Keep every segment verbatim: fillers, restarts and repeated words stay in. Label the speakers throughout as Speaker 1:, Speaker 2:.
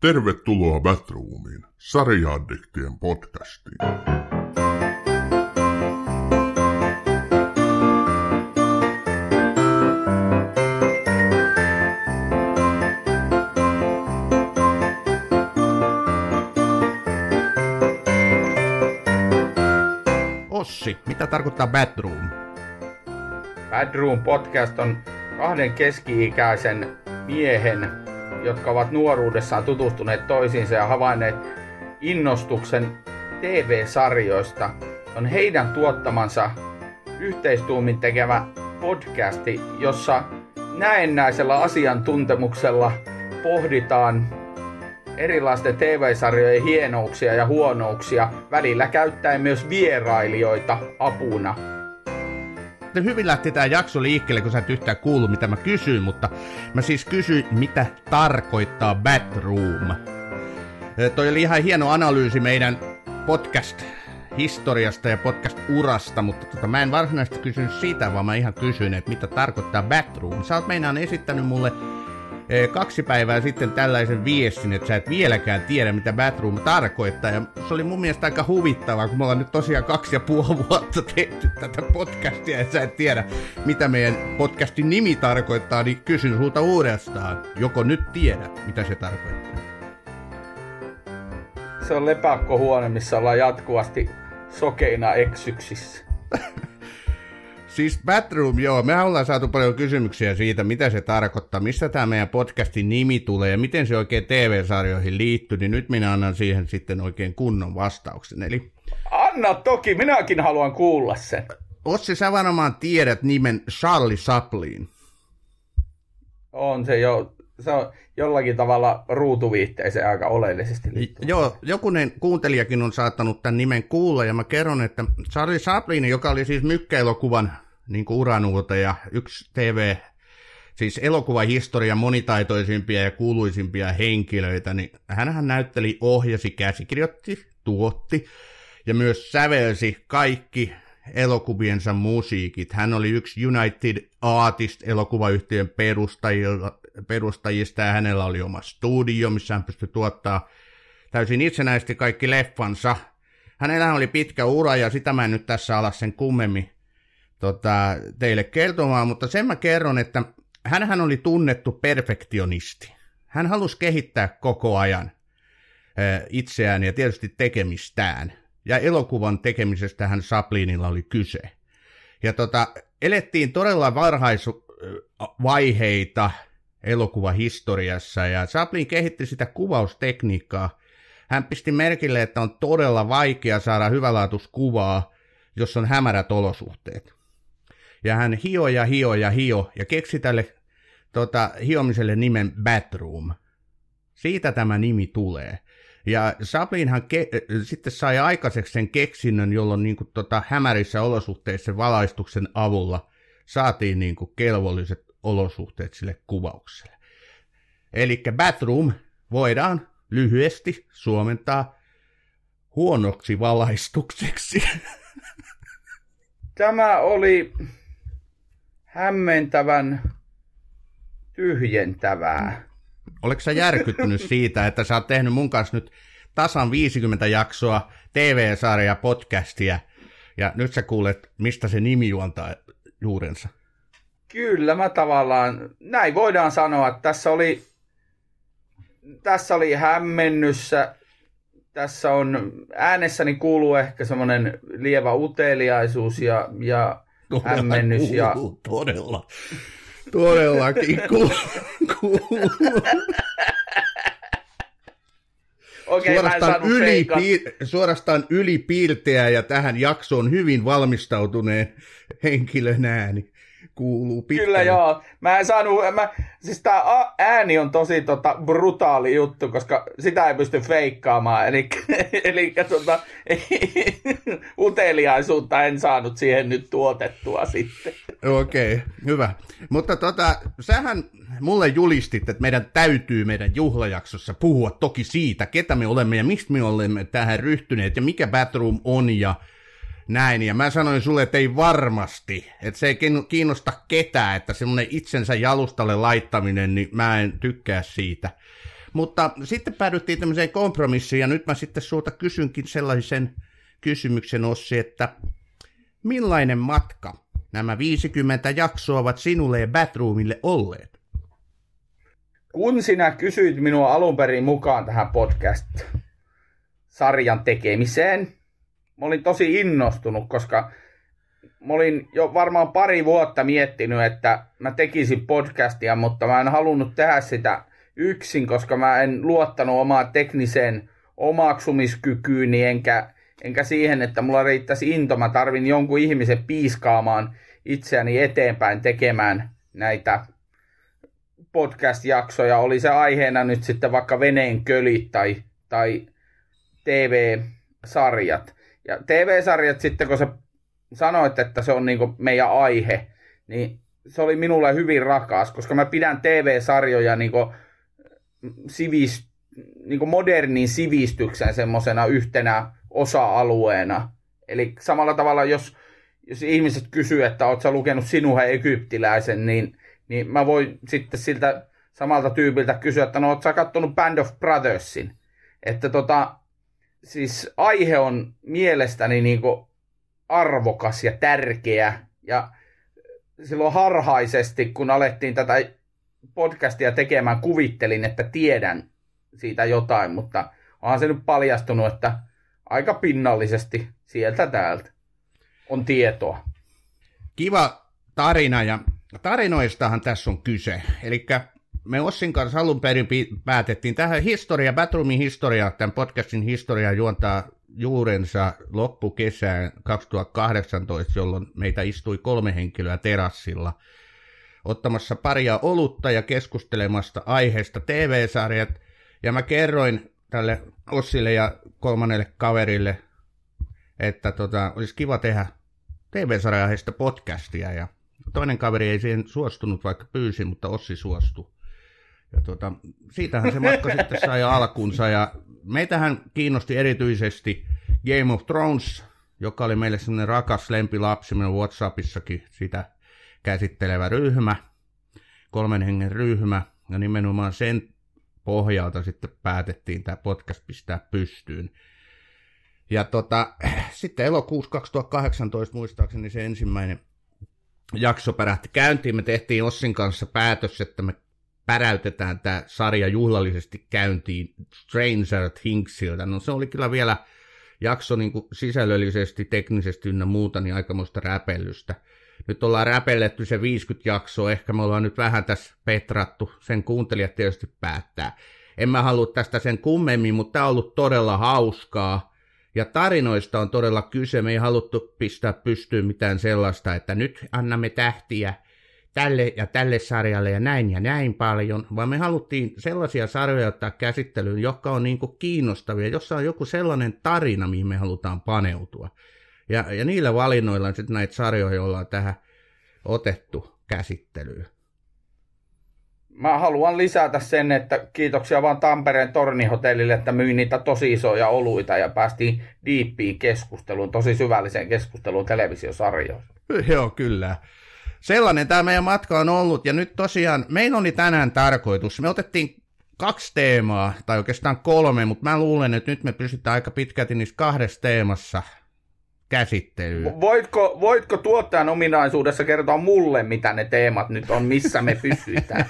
Speaker 1: Tervetuloa Batroomiin, sarja-addiktien podcastiin.
Speaker 2: Ossi, mitä tarkoittaa Batroom?
Speaker 3: Batroom podcast on kahden keski-ikäisen miehen, jotka ovat nuoruudessaan tutustuneet toisiinsa ja havainneet innostuksen T V-sarjoista. On heidän tuottamansa yhteistuumin tekemä podcasti, jossa näennäisellä asiantuntemuksella pohditaan erilaisten T V-sarjojen hienouksia ja huonouksia, välillä käyttäen myös vierailijoita apuna.
Speaker 2: Hyvin lähti tää jakso liikkeelle, kun sä et yhtään kuullut, mitä mä kysyin, mutta mä siis kysyin, mitä tarkoittaa Batroom. Toi oli ihan hieno analyysi meidän podcast-historiasta ja podcast-urasta, mutta tota, mä en varsinaisesti kysynyt sitä, vaan mä ihan kysyin, että mitä tarkoittaa Batroom. Sä oot meinaan esittänyt mulle kaksi päivää sitten tällaisen viestin, että sä et vieläkään tiedä, mitä Batroom tarkoittaa, ja se oli mun mielestä aika huvittavaa, kun me ollaan nyt tosiaan kaksi ja puoli vuotta tehty tätä podcastia, ja sä et tiedä, mitä meidän podcastin nimi tarkoittaa, niin kysyn sulta uudestaan, joko nyt tiedät, mitä se tarkoittaa?
Speaker 3: Se on lepakkohuone, missä ollaan jatkuvasti sokeina eksyksissä.
Speaker 2: Siis Batroom, joo, me ollaan saatu paljon kysymyksiä siitä, mitä se tarkoittaa, mistä tämä meidän podcastin nimi tulee ja miten se oikein T V-sarjoihin liittyy, niin nyt minä annan siihen sitten oikein kunnon vastauksen. Eli
Speaker 3: anna toki, minäkin haluan kuulla sen.
Speaker 2: Ossi, sä varmaan tiedät nimen Charlie Chaplin.
Speaker 3: On se jo, se on jollakin tavalla ruutuviihteeseen aika oleellisesti liittyvä.
Speaker 2: Joo, jokunen kuuntelijakin on saattanut tämän nimen kuulla, ja mä kerron, että Charlie Chaplin, joka oli siis mykkäelokuvan niin kuin uranuuta ja yksi T V, siis elokuvahistorian monitaitoisimpia ja kuuluisimpia henkilöitä, niin hänhän näytteli, ohjasi, käsikirjoitti, tuotti ja myös sävelsi kaikki elokuviensa musiikit. Hän oli yksi United Artists-elokuvayhtiön perustajista, ja hänellä oli oma studio, missä hän pystyi tuottaa täysin itsenäisesti kaikki leffansa. Hänellähän oli pitkä ura, ja sitä mä en nyt tässä ala sen kummemmin tota, teille kertomaan, mutta sen mä kerron, että hänhän oli tunnettu perfektionisti. Hän halusi kehittää koko ajan ää, itseään ja tietysti tekemistään. Ja elokuvan tekemisestä hän Chaplinilla oli kyse. Ja tota, elettiin todella varhaisvaiheita elokuvahistoriassa, ja Chaplin kehitti sitä kuvaustekniikkaa. Hän pisti merkille, että on todella vaikea saada hyvälaatuiskuvaa, jos on hämärät olosuhteet. Ja hän hio ja hio ja hio, ja keksi tälle tota, hiomiselle nimen Batroom. Siitä tämä nimi tulee. Ja Chaplinhan ke- sitten sai aikaiseksi sen keksinnön, jolloin niin kuin, tota, hämärissä olosuhteissa valaistuksen avulla saatiin niin kuin, kelvolliset olosuhteet sille kuvaukselle. Eli Batroom voidaan lyhyesti suomentaa huonoksi valaistukseksi.
Speaker 3: Tämä oli hämmentävän tyhjentävää.
Speaker 2: Oletko sä järkyttynyt siitä, että sä oot tehnyt mun kanssa nyt tasan viisikymmentä jaksoa T V-sarja podcastia, ja nyt sä kuulet, mistä se nimi juontaa juurensa?
Speaker 3: Kyllä, mä tavallaan, näin voidaan sanoa, että tässä oli, tässä oli hämmennyssä, tässä on, äänessäni kuuluu ehkä semmoinen lievä uteliaisuus ja, ja
Speaker 2: todella
Speaker 3: hämmennys.
Speaker 2: Kuuluu,
Speaker 3: ja...
Speaker 2: todella, todellakin kuuluu.
Speaker 3: Okei,
Speaker 2: suorastaan, ylipiir- suorastaan ylipiirteä ja tähän jaksoon hyvin valmistautuneen henkilön ääni kuuluu pitkälle.
Speaker 3: Kyllä joo, mä en saanut, mä, siis tää ääni on tosi tota, brutaali juttu, koska sitä ei pysty feikkaamaan, eli, eli tota, uteliaisuutta en saanut siihen nyt tuotettua sitten.
Speaker 2: Okei, okay, hyvä. Mutta tota, sähän mulle julistit, että meidän täytyy meidän juhlajaksossa puhua toki siitä, ketä me olemme ja mistä me olemme tähän ryhtyneet ja mikä Batroom on ja näin, ja mä sanoin sulle, että ei varmasti, että se ei kiinnosta ketään, että semmoinen itsensä jalustalle laittaminen, niin mä en tykkää siitä. Mutta sitten päädyttiin tämmöiseen kompromissiin, ja nyt mä sitten sulta kysynkin sellaisen kysymyksen, Ossi, että millainen matka nämä viisikymmentä jaksoa ovat sinulle ja Batroomille olleet?
Speaker 3: Kun sinä kysyit minua alun perin mukaan tähän podcast-sarjan tekemiseen, mä olin tosi innostunut, koska mä olin jo varmaan pari vuotta miettinyt, että mä tekisin podcastia, mutta mä en halunnut tehdä sitä yksin, koska mä en luottanut omaan tekniseen omaksumiskykyyni, enkä, enkä siihen, että mulla riittäisi into. Mä tarvin jonkun ihmisen piiskaamaan itseäni eteenpäin tekemään näitä podcast-jaksoja. Oli se aiheena nyt sitten vaikka veneen kölit tai, tai T V-sarjat. Ja T V-sarjat sitten, kun sä sanoit, että se on niinku meidän aihe, niin se oli minulle hyvin rakas, koska mä pidän T V-sarjoja niinku sivis, niinku modernin sivistyksen semmoisena yhtenä osa-alueena. Eli samalla tavalla, jos, jos ihmiset kysyy, että oot sä lukenut Sinuhe Egyptiläisen, niin, niin mä voin sitten siltä samalta tyypiltä kysyä, että no oot sä kattonut Band of Brothersin. Että tota, siis aihe on mielestäni niinku arvokas ja tärkeä, ja silloin harhaisesti, kun alettiin tätä podcastia tekemään, kuvittelin, että tiedän siitä jotain, mutta onhan se nyt paljastunut, että aika pinnallisesti sieltä täältä on tietoa.
Speaker 2: Kiva tarina, ja tarinoistahan tässä on kyse. Eli me Ossin kanssa alun perin päätettiin tähän historia, Batroomin historia, tämän podcastin historia juontaa juurensa loppukesään kaksituhattakahdeksantoista, jolloin meitä istui kolme henkilöä terassilla ottamassa paria olutta ja keskustelemasta aiheesta T V-sarjat. Ja mä kerroin tälle Ossille ja kolmannelle kaverille, että tota, olisi kiva tehdä T V-sarja-aiheesta podcastia. Ja toinen kaveri ei siihen suostunut, vaikka pyysi, mutta Ossi suostui. Ja tota, siitähän se matka sitten sai alkunsa, ja meitähän kiinnosti erityisesti Game of Thrones, joka oli meille semmoinen rakas lempilapsi, meidän WhatsAppissakin sitä käsittelevä ryhmä, kolmen hengen ryhmä, ja nimenomaan sen pohjalta sitten päätettiin tämä podcast pistää pystyyn. Ja tota, sitten elokuussa kaksituhattakahdeksantoista muistaakseni se ensimmäinen jakso pärähti käyntiin. Me tehtiin Ossin kanssa päätös, että me päräytetään tämä sarja juhlallisesti käyntiin Stranger Thingsiltä. No se oli kyllä vielä jakso niin kuin sisällöllisesti, teknisesti ynnä muuta, niin aikamoista räpellystä. Nyt ollaan räpelletty se viisikymmentä jaksoa, ehkä me ollaan nyt vähän tässä petrattu, sen kuuntelijat tietysti päättää. En mä halua tästä sen kummemmin, mutta tämä on ollut todella hauskaa. Ja tarinoista on todella kyse, me ei haluttu pistää pystyyn mitään sellaista, että nyt annamme tähtiä tälle ja tälle sarjalle ja näin ja näin paljon, vaan me haluttiin sellaisia sarjoja ottaa käsittelyyn, jotka on niin kuin kiinnostavia, jossa on joku sellainen tarina, mihin me halutaan paneutua. Ja, ja niillä valinnoilla on sitten näitä sarjoja, joilla on tähän otettu käsittelyyn.
Speaker 3: Mä haluan lisätä sen, että kiitoksia vaan Tampereen Tornihotellille, että myin niitä tosi isoja oluita ja päästiin diippiin keskusteluun, tosi syvälliseen keskusteluun televisiosarjoissa.
Speaker 2: Joo, kyllä. Sellainen tämä meidän matka on ollut, ja nyt tosiaan meillä oli tänään tarkoitus. Me otettiin kaksi teemaa, tai oikeastaan kolme, mutta mä luulen, että nyt me pysytään aika pitkälti niissä kahdessa teemassa käsittelyyn.
Speaker 3: Voitko, voitko tuottajan ominaisuudessa kertoa mulle, mitä ne teemat nyt on, missä me pysytään?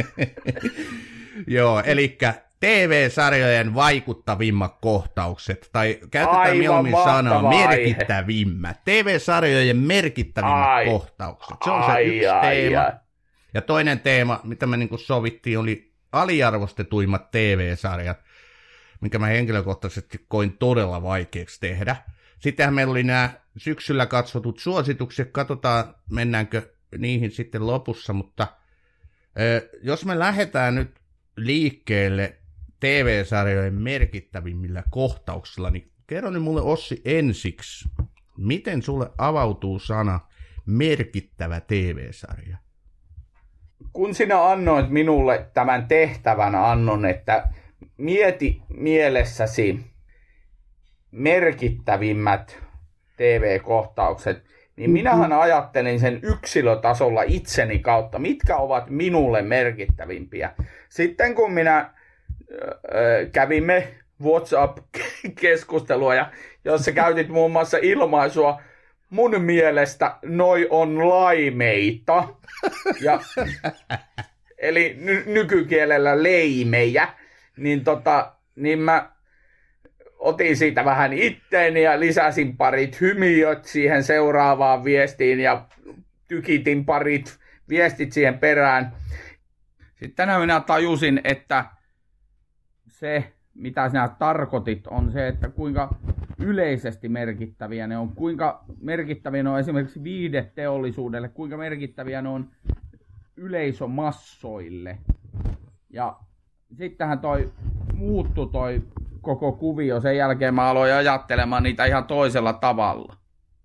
Speaker 2: Joo, eli T V-sarjojen vaikuttavimmat kohtaukset, tai käytetään mieluummin sanaa merkittävimmät. T V-sarjojen merkittävimmät ai, kohtaukset. Se on ai, se yksi ai, teema. Ai. Ja toinen teema, mitä me niin sovittiin, oli aliarvostetuimmat T V-sarjat, minkä mä henkilökohtaisesti koin todella vaikeaksi tehdä. Sittenhän meillä oli nämä syksyllä katsotut suositukset, katsotaan mennäänkö niihin sitten lopussa, mutta ö, jos me lähdetään nyt liikkeelle T V-sarjojen merkittävimmillä kohtauksilla, niin kerro nyt mulle Ossi ensiksi, miten sulle avautuu sana merkittävä T V-sarja?
Speaker 3: Kun sinä annoit minulle tämän tehtävän annon, että mieti mielessäsi merkittävimmät T V-kohtaukset, niin minähän ajattelin sen yksilötasolla itseni kautta, mitkä ovat minulle merkittävimpiä. Sitten kun minä kävimme WhatsApp-keskustelua, ja jossa käytit muun muassa ilmaisua, mun mielestä noi on laimeita, ja, eli ny- nykykielellä leimejä, niin, tota, niin mä otin siitä vähän itteeni ja lisäsin parit hymiöt siihen seuraavaan viestiin ja tykitin parit viestit siihen perään. Sitten tänään minä tajusin, että se, mitä sinä tarkoitit, on se, että kuinka yleisesti merkittäviä ne on, kuinka merkittäviä ne on esimerkiksi viihdeteollisuudelle, kuinka merkittäviä ne on yleisömassoille. Ja sittenhän toi muuttui toi koko kuvio, sen jälkeen mä aloin ajattelemaan niitä ihan toisella tavalla.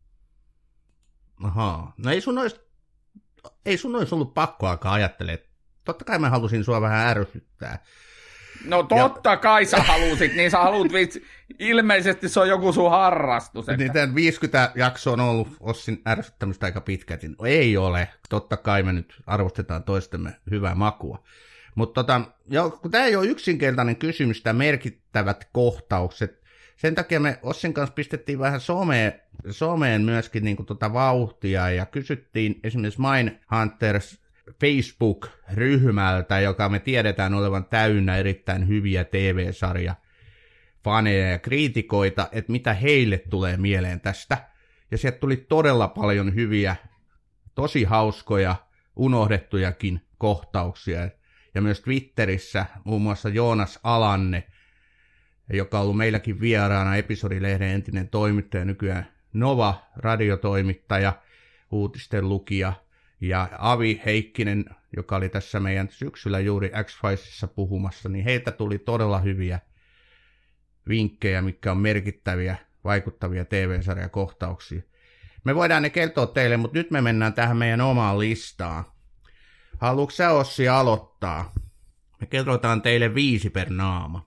Speaker 2: Ahaa, no ei sun olisi, ei sun olisi ollut pakko alkaa ajattelemaan. Totta kai mä halusin sua vähän ärsyttää.
Speaker 3: No totta ja... kai sä halusit, niin sä haluut vitsi. Ilmeisesti se on joku sun harrastus. Että...
Speaker 2: Niin tämän viisikymmentä jakso on ollut Ossin ärsyttämistä aika pitkälti. No ei ole. Totta kai me nyt arvostetaan toistemme hyvää makua. Mutta tota, kun tämä ei ole yksinkertainen kysymys, tämä merkittävät kohtaukset, sen takia me Ossin kanssa pistettiin vähän someen, someen myöskin niin kuin tota vauhtia ja kysyttiin esimerkiksi Mindhunters Facebook-ryhmältä, joka me tiedetään olevan täynnä erittäin hyviä T V-sarja faneja ja kriitikoita, että mitä heille tulee mieleen tästä. Ja sieltä tuli todella paljon hyviä, tosi hauskoja, unohdettujakin kohtauksia. Ja myös Twitterissä muun muassa Joonas Alanne, joka on ollut meilläkin vieraana, Episodilehden entinen toimittaja, nykyään Nova-radiotoimittaja, uutisten lukija, ja Avi Heikkinen, joka oli tässä meidän syksyllä juuri X-Filesissa puhumassa, niin heiltä tuli todella hyviä vinkkejä, mitkä on merkittäviä, vaikuttavia T V-sarjakohtauksia. Me voidaan ne kertoa teille, mutta nyt me mennään tähän meidän omaan listaan. Haluatko sä, Ossi, aloittaa? Me kerrotaan teille viisi per naama.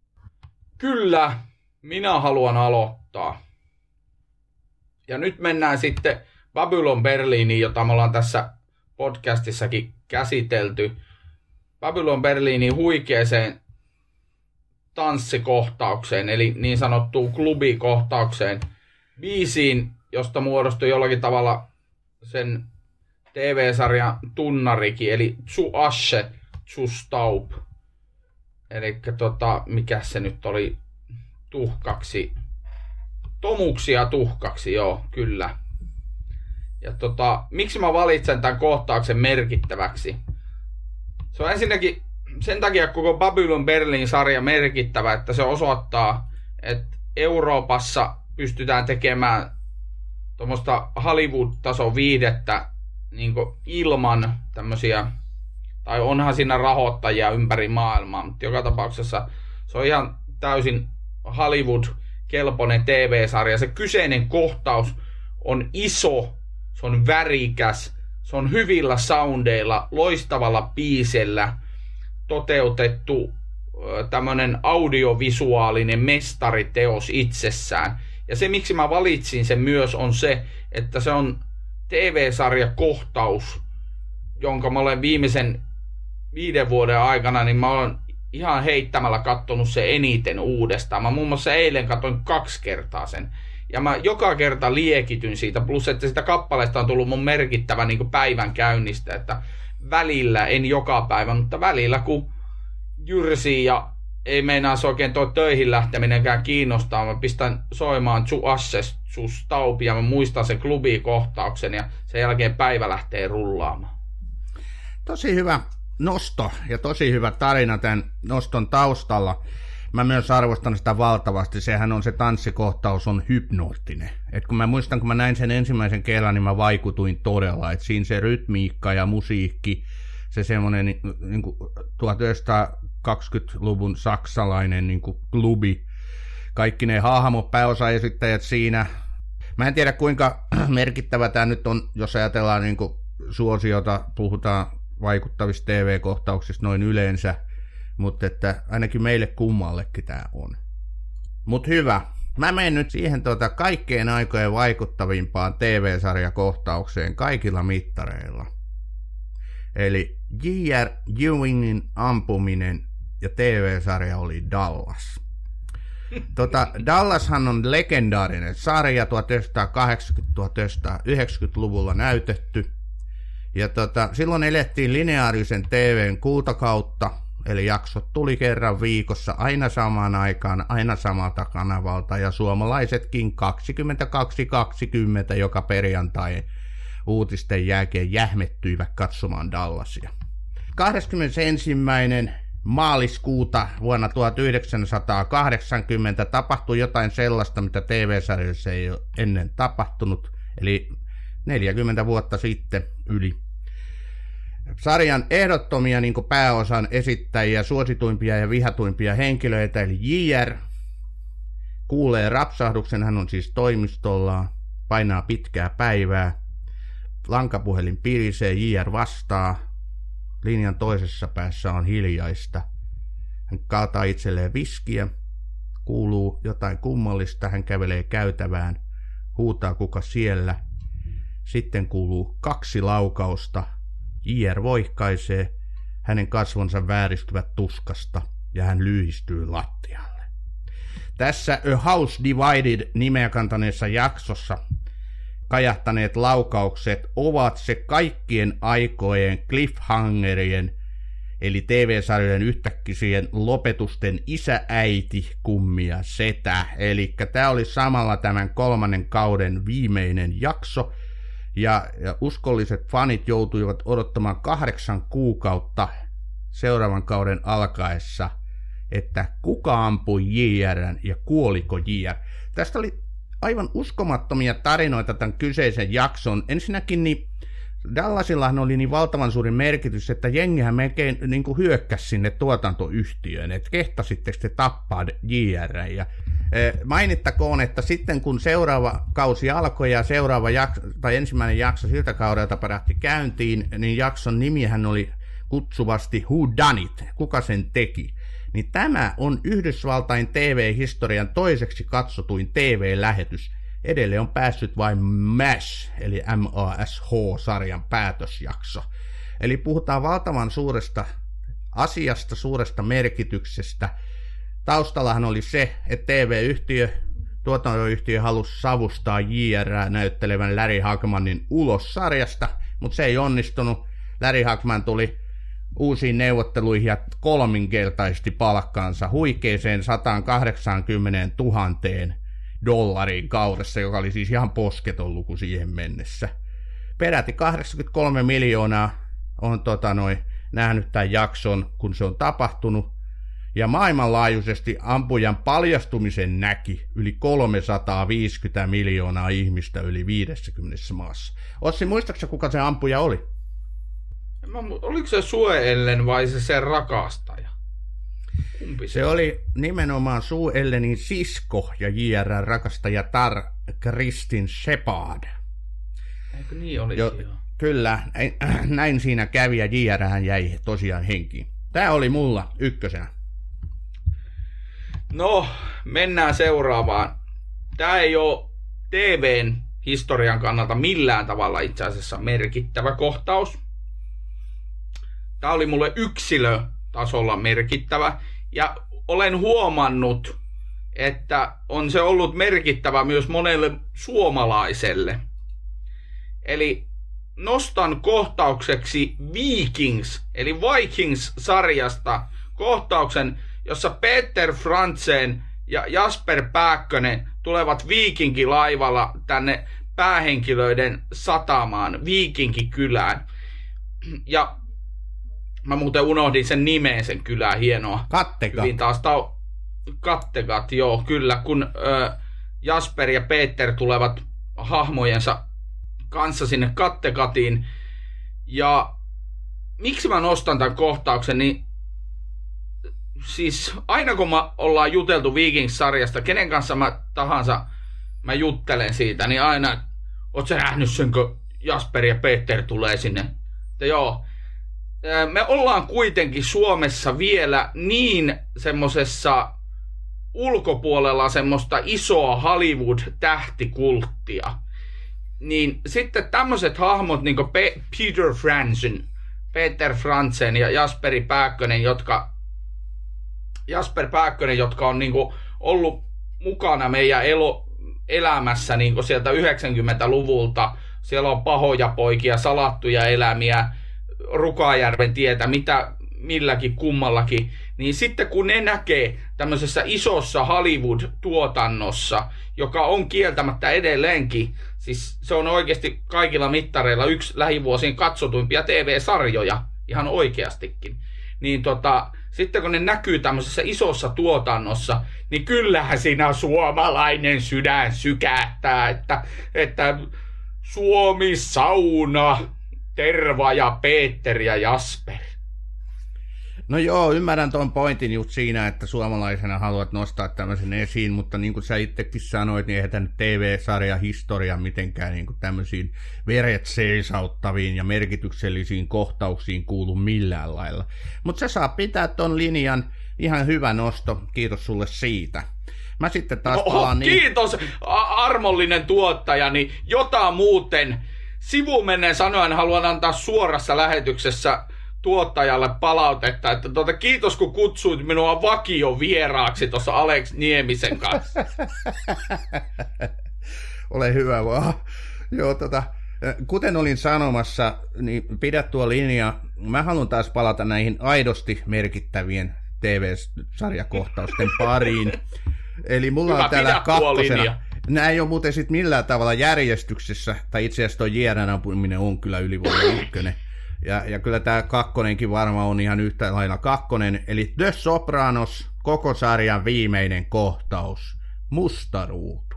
Speaker 3: Kyllä, minä haluan aloittaa. Ja nyt mennään sitten Babylon Berliiniin, jota me ollaan tässä podcastissakin käsitelty. Babylon Berliinin huikeeseen tanssikohtaukseen, eli niin sanottuun klubikohtaukseen. Biisiin, josta muodostui jollakin tavalla sen T V-sarjan tunnarikin, eli Zu Asche, Zu Staub. Eli tota, mikä se nyt oli, tuhkaksi, tomuksi ja tuhkaksi, joo, kyllä. Ja tota, miksi mä valitsen tämän kohtauksen merkittäväksi? Se on ensinnäkin sen takia koko Babylon Berlin-sarja merkittävä, että se osoittaa, että Euroopassa pystytään tekemään tuommoista Hollywood-tason viihdettä niin ilman tämmöisiä, tai onhan siinä rahoittajia ympäri maailmaa, mutta joka tapauksessa se on ihan täysin Hollywood-kelpoinen T V-sarja. Se kyseinen kohtaus on iso, se on värikäs, se on hyvillä soundeilla, loistavalla biisellä toteutettu tämmöinen audiovisuaalinen mestariteos itsessään. Ja se, miksi mä valitsin sen myös, on se, että se on T V-sarjakohtaus, jonka mä olen viimeisen viiden vuoden aikana, niin mä olen ihan heittämällä kattonut se eniten uudestaan. Mä muun muassa eilen katsoin kaksi kertaa sen. Ja mä joka kerta liekityn siitä, plus että sitä kappaleesta on tullut mun merkittävä niin kuin päivän käynnistä, että välillä, en joka päivä, mutta välillä kun jyrsii ja ei meinaa se oikein toi töihin lähteminenkään kiinnostaa, mä pistän soimaan Zu Asche, Zu Staub ja mä muistan sen klubikohtauksen ja sen jälkeen päivä lähtee rullaamaan.
Speaker 2: Tosi hyvä nosto ja tosi hyvä tarina tämän noston taustalla. Mä myös arvostan sitä valtavasti. Sehän on se tanssikohtaus on hypnoottinen. Et kun mä muistan, kun mä näin sen ensimmäisen kerran, niin mä vaikutuin todella. Et siinä se rytmiikka ja musiikki, se semmoinen niin, niin kuin tuhatyhdeksänsataakaksikymmentäluvun saksalainen niin kuin klubi. Kaikki ne hahmot, pääosaesittäjät siinä. Mä en tiedä, kuinka merkittävä tämä nyt on, jos ajatellaan niin kuin suosiota, puhutaan vaikuttavista T V-kohtauksista noin yleensä. Mutta että ainakin meille kummallekin tämä on. Mutta hyvä. Mä menen nyt siihen tuota kaikkeen aikojen vaikuttavimpaan T V-sarjakohtaukseen kaikilla mittareilla. Eli J R. Ewingin ampuminen ja T V-sarja oli Dallas. Tota, Dallashan on legendaarinen sarja, tuhatyhdeksänsataakahdeksankymmentä-tuhatyhdeksänsataayhdeksänkymmentäluvulla näytetty. Ja tota, silloin elettiin lineaarisen T V:n kultakautta, eli jaksot tuli kerran viikossa aina samaan aikaan, aina samalta kanavalta, ja suomalaisetkin kaksikymmentäkaksi kaksikymmentä joka perjantai uutisten jälkeen jähmettyivät katsomaan Dallasia. kahdeskymmenesensimmäinen maaliskuuta vuonna tuhatyhdeksänsataakahdeksankymmentä tapahtui jotain sellaista, mitä T V-sarjoissa ei ole ennen tapahtunut, eli neljäkymmentä vuotta sitten yli. Sarjan ehdottomia niin kuin pääosan esittäjiä, suosituimpia ja vihatuimpia henkilöitä, eli J R, kuulee rapsahduksen, hän on siis toimistollaan, painaa pitkää päivää, lankapuhelin pirisee, J R vastaa, linjan toisessa päässä on hiljaista. Hän kaataa itselleen viskiä, kuuluu jotain kummallista, hän kävelee käytävään, huutaa kuka siellä. Sitten kuuluu kaksi laukausta, J R voihkaisee, hänen kasvonsa vääristyvät tuskasta ja hän lyhistyy lattialle. Tässä A House Divided nimeä kantaneessa jaksossa kajahtaneet laukaukset ovat se kaikkien aikojen cliffhangerien, eli T V-sarjojen yhtäkkisien lopetusten isä, äiti, kummi ja setä. Eli tämä oli samalla tämän kolmannen kauden viimeinen jakso, ja, ja uskolliset fanit joutuivat odottamaan kahdeksan kuukautta seuraavan kauden alkaessa, että kuka ampui J R:n ja kuoliko J R. Tästä oli aivan uskomattomia tarinoita tämän kyseisen jakson. Ensinnäkin niin Dallasillahan oli niin valtavan suuri merkitys, että jengihän melkein niin kuin hyökkäsi sinne tuotantoyhtiöön, että kehtasitteko te tappaa J R. Ja e, mainittakoon, että sitten kun seuraava kausi alkoi ja seuraava jakso, tai ensimmäinen jakso siltä kaudelta parähti käyntiin, niin jakson nimihän oli kutsuvasti Who Done It, kuka sen teki. Niin tämä on Yhdysvaltain T V-historian toiseksi katsotuin T V-lähetys. Edelleen on päässyt vain MASH, eli M A S H-sarjan päätösjakso. Eli puhutaan valtavan suuresta asiasta, suuresta merkityksestä. Taustallahan oli se, että T V-yhtiö, tuotantoyhtiö halusi savustaa J R näyttelevän Larry Hagmanin ulos sarjasta, mutta se ei onnistunut. Larry Hagman tuli uusiin neuvotteluihin ja kolminkertaisti palkkaansa huikeeseen sata kahdeksankymmentätuhatta dollariin kaudessa, joka oli siis ihan posketon luku siihen mennessä. Peräti kahdeksankymmentäkolme miljoonaa on tota noin, nähnyt tämän jakson, kun se on tapahtunut, ja maailmanlaajuisesti ampujan paljastumisen näki yli kolmesataaviisikymmentä miljoonaa ihmistä yli viidessäkymmenessä maassa. Ossi, muistaaksä kuka se ampuja oli?
Speaker 3: Mä, oliko se Sue Ellen vai se sen rakastaja? Kumpi se,
Speaker 2: se oli nimenomaan Sue Ellenin sisko ja J R:n rakastaja Tar Kristin Shepard.
Speaker 3: Eikö niin olisi
Speaker 2: jo? Jo. Kyllä, näin siinä kävi ja J R:hän jäi tosiaan henkiin. Tää oli mulla ykkösenä.
Speaker 3: No, mennään seuraavaan. Tää ei ole T V:n historian kannalta millään tavalla itse asiassa merkittävä kohtaus. Tää oli mulle yksilötasolla merkittävä. Ja olen huomannut, että on se ollut merkittävä myös monelle suomalaiselle. Eli nostan kohtaukseksi Vikings, eli Vikings-sarjasta kohtauksen, jossa Peter Frantzen ja Jasper Pääkkönen tulevat viikinkilaivalla tänne päähenkilöiden satamaan, Viikinkikylään. Ja mä muuten unohdin sen nimeen, sen kylää, hienoa.
Speaker 2: Kattegat.
Speaker 3: Hyvin taas tau- Kattegat, joo, kyllä. Kun ö, Jasper ja Peter tulevat hahmojensa kanssa sinne Kattegatiin. Ja miksi mä nostan tämän kohtauksen, niin siis aina kun mä ollaan juteltu Vikings-sarjasta, kenen kanssa mä tahansa mä juttelen siitä, niin aina, oot sä nähnyt sen, kun Jasper ja Peter tulee sinne? Että joo. Me ollaan kuitenkin Suomessa vielä niin semmosessa ulkopuolella semmoista isoa Hollywood-tähtikulttia. Niin sitten tämmöiset hahmot niin kuin Pe- Peter Frantzen, Peter Frantzen ja Jasperi Pääkkönen, jotka Jasper Pääkkönen, jotka on niinku ollut mukana meidän elo, elämässä niinku sieltä yhdeksänkymmentäluvulta. Siellä on Pahoja poikia, Salattuja elämiä, Rukajärven tietä, mitä milläkin kummallakin. Niin sitten kun ne näkee tämmöisessä isossa Hollywood-tuotannossa, joka on kieltämättä edelleenkin, siis se on oikeasti kaikilla mittareilla yksi lähivuosien katsotuimpia T V-sarjoja, ihan oikeastikin. Niin tota, sitten kun ne näkyy tämmöisessä isossa tuotannossa, niin kyllähän siinä suomalainen sydän sykähtää, että, että Suomi, sauna, Terva ja Peter ja Jasper.
Speaker 2: No joo, ymmärrän tuon pointin just siinä, että suomalaisena haluat nostaa tämmöisen esiin, mutta niin kuin sä itsekin sanoit, niin eihän tämä T V-sarja historia mitenkään niin kuin tämmöisiin veret seisauttaviin ja merkityksellisiin kohtauksiin kuulu millään lailla. Mutta sä saa pitää ton linjan, ihan hyvä nosto, kiitos sulle siitä. Mä sitten taas
Speaker 3: Oho,
Speaker 2: palaan niin...
Speaker 3: Kiitos armollinen tuottajani, jota muuten sivumennen sanoen haluan antaa suorassa lähetyksessä tuottajalle palautetta, että tuota, kiitos kun kutsuit minua vakio vieraaksi tuossa Alex Niemisen kanssa.
Speaker 2: Ole hyvä vaan. Joo, tota, kuten olin sanomassa, niin pidä tuo linja. Mä haluan taas palata näihin aidosti merkittävien T V-sarjakohtausten pariin. Eli mulla hyvä, on täällä kakkosena. Nämä ei ole muuten sitten millään tavalla järjestyksessä, tai itse asiassa tuo Jierän ampuminen on kyllä ylivoimainen ykkönen. Ja, ja kyllä tämä kakkonenkin varmaan on ihan yhtä lailla kakkonen, eli The Sopranos, koko sarjan viimeinen kohtaus, musta ruutu.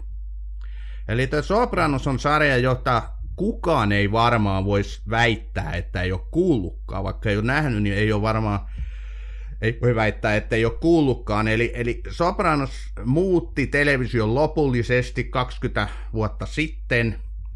Speaker 2: Eli The Sopranos on sarja, jota kukaan ei varmaan voisi väittää, että ei ole kuullutkaan, vaikka ei ole nähnyt, niin ei ole varmaan, ei voi väittää, että ei ole kuullutkaan. Eli, eli Sopranos muutti television lopullisesti kaksikymmentä vuotta sitten.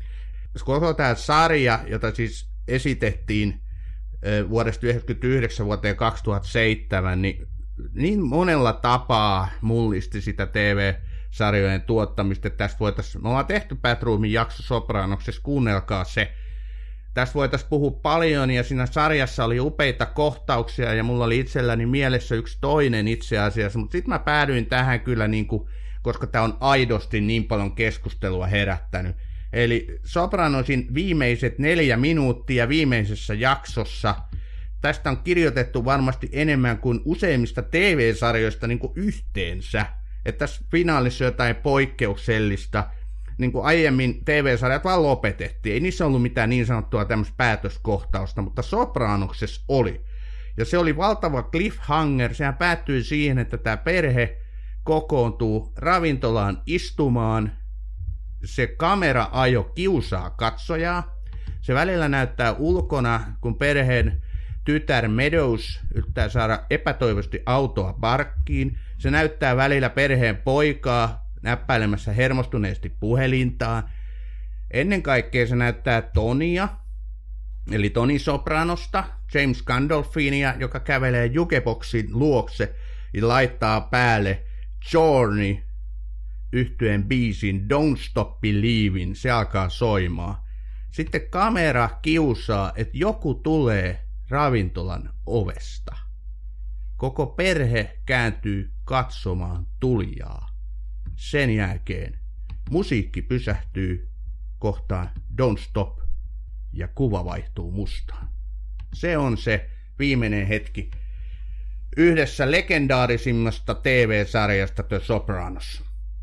Speaker 2: Koko tämä sarja, jota siis esitettiin vuodesta yhdeksänkymmentäyhdeksän vuoteen kaksituhattaseitsemän, niin, niin monella tapaa mullisti sitä T V-sarjojen tuottamista, että tästä voitaisiin, me ollaan tehty Batroomin jakso Sopranoksessa, kuunnelkaa se. Tästä voitaisiin puhua paljon, ja siinä sarjassa oli upeita kohtauksia, ja mulla oli itselläni mielessä yksi toinen itse asiassa, mutta sitten mä päädyin tähän kyllä, niin kuin, koska tämä on aidosti niin paljon keskustelua herättänyt. Eli Sopranosin viimeiset neljä minuuttia viimeisessä jaksossa, tästä on kirjoitettu varmasti enemmän kuin useimmista T V-sarjoista niin kuin yhteensä. Että tässä finaalissa jotain poikkeuksellista, niin kuin aiemmin T V-sarjat vaan lopetettiin. Ei niissä ollut mitään niin sanottua tämmöistä päätöskohtausta, mutta Sopranoksessa oli. Ja se oli valtava cliffhanger, sehän päättyi siihen, että tämä perhe kokoontuu ravintolaan istumaan. Se kamera ajo kiusaa katsojaa. Se välillä näyttää ulkona, kun perheen tytär Meadows yrittää saada epätoivoisesti autoa parkkiin. Se näyttää välillä perheen poikaa näppäilemässä hermostuneesti puhelintaan. Ennen kaikkea se näyttää Tonia, eli Tony Sopranosta, James Gandolfinia, joka kävelee jukeboksin luokse ja laittaa päälle Journey yhtyeen biisin Don't Stop Believin, se alkaa soimaan. Sitten kamera kiusaa, että joku tulee ravintolan ovesta. Koko perhe kääntyy katsomaan tulijaa. Sen jälkeen musiikki pysähtyy kohtaan Don't Stop ja kuva vaihtuu mustaan. Se on se viimeinen hetki yhdessä legendaarisimmasta T V-sarjasta The Sopranos.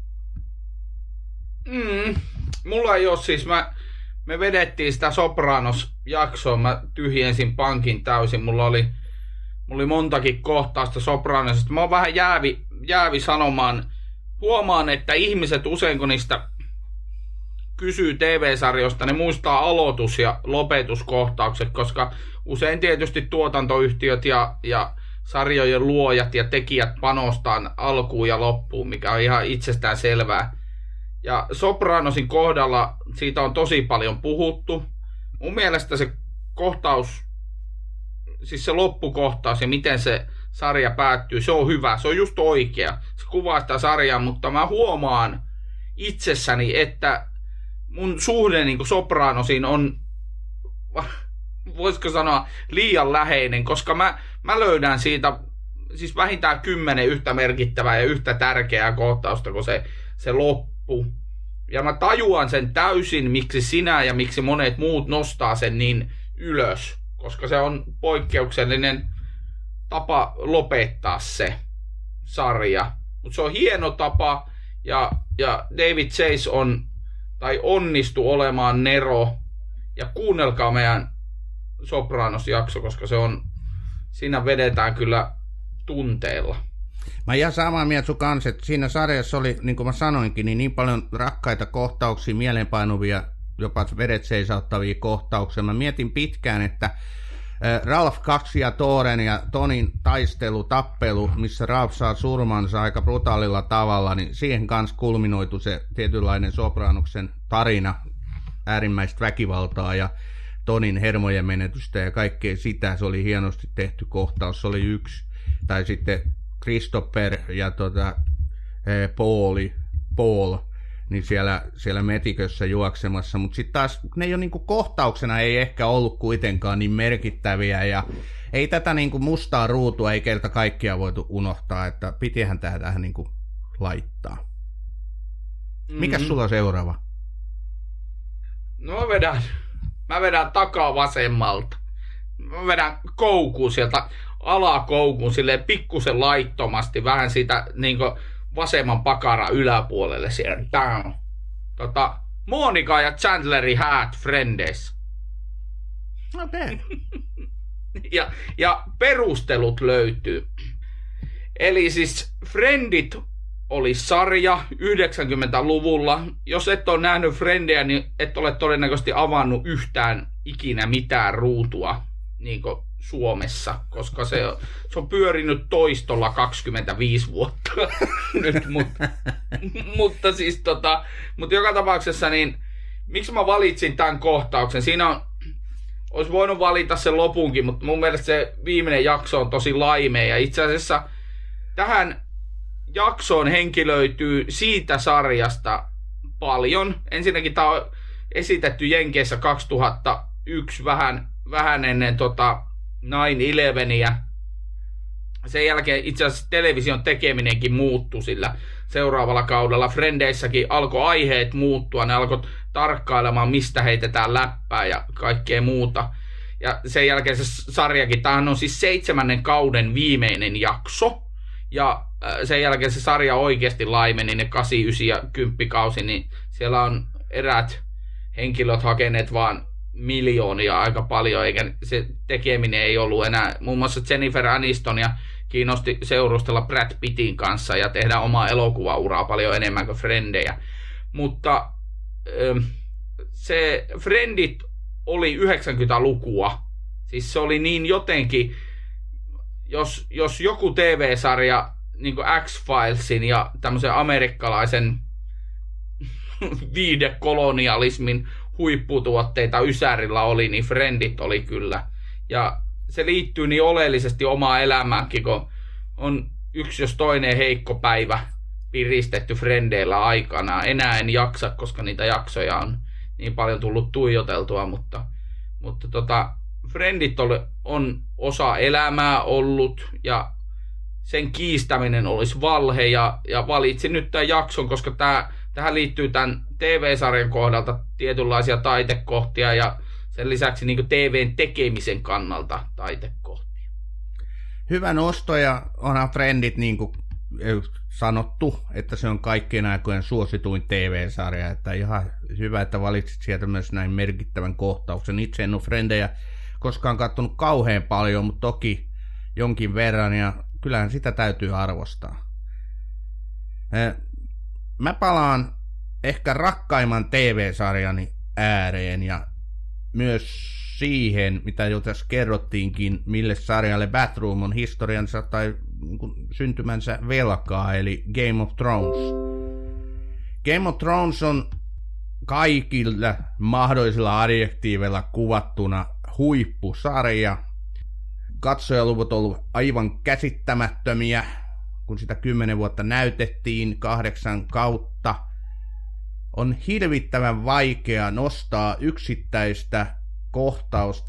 Speaker 3: Mm, mulla ei ole siis, mä, me vedettiin sitä Sopranos-jaksoa, mä tyhjensin pankin täysin, mulla oli, mulla oli montakin kohtausta Sopranosista, mä oon vähän jäävi, jäävi sanomaan, huomaan, että ihmiset usein kun niistä kysyy T V-sarjoista, ne muistaa aloitus- ja lopetuskohtaukset, koska usein tietysti tuotantoyhtiöt ja, ja sarjojen luojat ja tekijät panostaan alkuun ja loppuun, mikä on ihan itsestään selvää. Ja Sopranosin kohdalla siitä on tosi paljon puhuttu. Mun mielestä se kohtaus, siis se loppukohtaus ja miten se sarja päättyy, se on hyvä. Se on just oikea. Se kuvaa sitä sarjaa, mutta mä huomaan itsessäni, että mun suhde niin kuin Sopranosiin on, voisiko sanoa, liian läheinen, koska mä, mä löydän siitä siis vähintään kymmenen yhtä merkittävää ja yhtä tärkeää kohtausta kuin se, se loppu. Ja mä tajuan sen täysin, miksi sinä ja miksi monet muut nostaa sen niin ylös. Koska se on poikkeuksellinen tapa lopettaa se sarja. Mutta se on hieno tapa ja, ja David Chase on, tai onnistu olemaan Nero. Ja kuunnelkaa meidän Sopranos-jakso, koska se on, siinä vedetään kyllä tunteella.
Speaker 2: Mä ihan samaa mieltä sun kanssa, että siinä sarjassa oli, niin kuin mä sanoinkin, niin, niin paljon rakkaita kohtauksia, mieleenpainuvia, jopa vedet seisauttavia kohtauksia. Mä mietin pitkään, että Ralph Cacciatoren ja Tonin taistelu, tappelu, missä Ralph saa surmansa aika brutaalilla tavalla, niin siihen kanssa kulminoitu se tietynlainen Sopranoksen tarina, äärimmäistä väkivaltaa ja Tonin hermojen menetystä ja kaikkea sitä. Se oli hienosti tehty kohtaus, se oli yksi. Tai sitten Christopher ja tota, Pauli, Paul, niin siellä, siellä metikössä juoksemassa, mutta sitten taas ne ei ole niinku kohtauksena ei ehkä ollut kuitenkaan niin merkittäviä ja ei tätä niinku mustaa ruutua ei kerta kaikkia voitu unohtaa, että pitihän tää tähän niinku laittaa. Mikäs mm-hmm. sulla on seuraava?
Speaker 3: No mä vedän, mä vedän takaa vasemmalta. Mä vedän koukun sieltä alakoukun silleen pikkusen laittomasti, vähän sitä niinku vasemman pakara yläpuolelle siellä. Down. Tota, Monica ja Chandleri Hat Friendes.
Speaker 2: Okei. Okay.
Speaker 3: ja, ja perustelut löytyy. Eli siis Friendit oli sarja yhdeksänkymmentäluvulla. Jos et ole nähnyt Friendejä, niin et ole todennäköisesti avannut yhtään ikinä mitään ruutua niin kuin Suomessa, koska se, se on pyörinyt toistolla kaksikymmentäviisi vuotta nyt, mutta, mutta siis tota, mutta joka tapauksessa niin, miksi mä valitsin tämän kohtauksen? Siinä on, olisi voinut valita sen lopunkin, mutta mun mielestä se viimeinen jakso on tosi laimea ja itse asiassa tähän jaksoon henkilöityy siitä sarjasta paljon. Ensinnäkin tämä on esitetty Jenkeissä kaksituhattayksi vähän, vähän ennen tota nine eleveniä. Sen jälkeen itse asiassa television tekeminenkin muuttui sillä seuraavalla kaudella. Frendeissäkin alkoi aiheet muuttua. Ne alkoi tarkkailemaan, mistä heitetään läppää ja kaikkea muuta. Ja sen jälkeen se sarjakin, tämähän on siis seitsemännen kauden viimeinen jakso. Ja sen jälkeen se sarja oikeasti laimeni, ne kahdeksan, yhdeksän ja kymmenen kausi, niin siellä on eräät henkilöt hakeneet vaan miljoonia aika paljon, eikä se tekeminen ei ollut enää. Muun muassa Jennifer Aniston ja kiinnosti seurustella Brad Pittin kanssa ja tehdä omaa elokuvauraa paljon enemmän kuin Frendejä. Mutta se Friendit oli yhdeksänkymmentälukua. Siis se oli niin jotenkin, jos, jos joku T V-sarja niin kuin X-Filesin ja tämmöisen amerikkalaisen viidekolonialismin huipputuotteita Ysärillä oli, niin Friendit oli kyllä. Ja se liittyy niin oleellisesti omaan elämäänkin, kun on yksi jos toinen heikko päivä piristetty Frendeillä aikana. Enää en jaksa, koska niitä jaksoja on niin paljon tullut tuijoteltua, mutta, mutta tota, Friendit oli, on osa elämää ollut ja sen kiistäminen olisi valhe ja, ja valitsin nyt tämän jakson, koska tämä, tähän liittyy tämän T V-sarjan kohdalta tietynlaisia taitekohtia ja sen lisäksi niin kuin T V:n tekemisen kannalta taitekohtia.
Speaker 2: Hyvä nosto ja onhan Friendit niin kuin sanottu, että se on kaikkien aikojen suosituin T V-sarja, että ihan hyvä, että valitsit sieltä myös näin merkittävän kohtauksen. Itse en ole Frendejä koskaan katsonut kauhean paljon, mutta toki jonkin verran ja kyllähän sitä täytyy arvostaa. Mä palaan ehkä rakkaimman T V-sarjani ääreen ja myös siihen, mitä jo tässä kerrottiinkin, mille sarjalle Batroom on historiansa tai syntymänsä velkaa, eli Game of Thrones. Game of Thrones on kaikilla mahdollisilla adjektiiveilla kuvattuna huippusarja. Katsojaluvut on ollut aivan käsittämättömiä, kun sitä kymmenen vuotta näytettiin, kahdeksan kautta. On hirvittävän vaikea nostaa yksittäistä kohtausta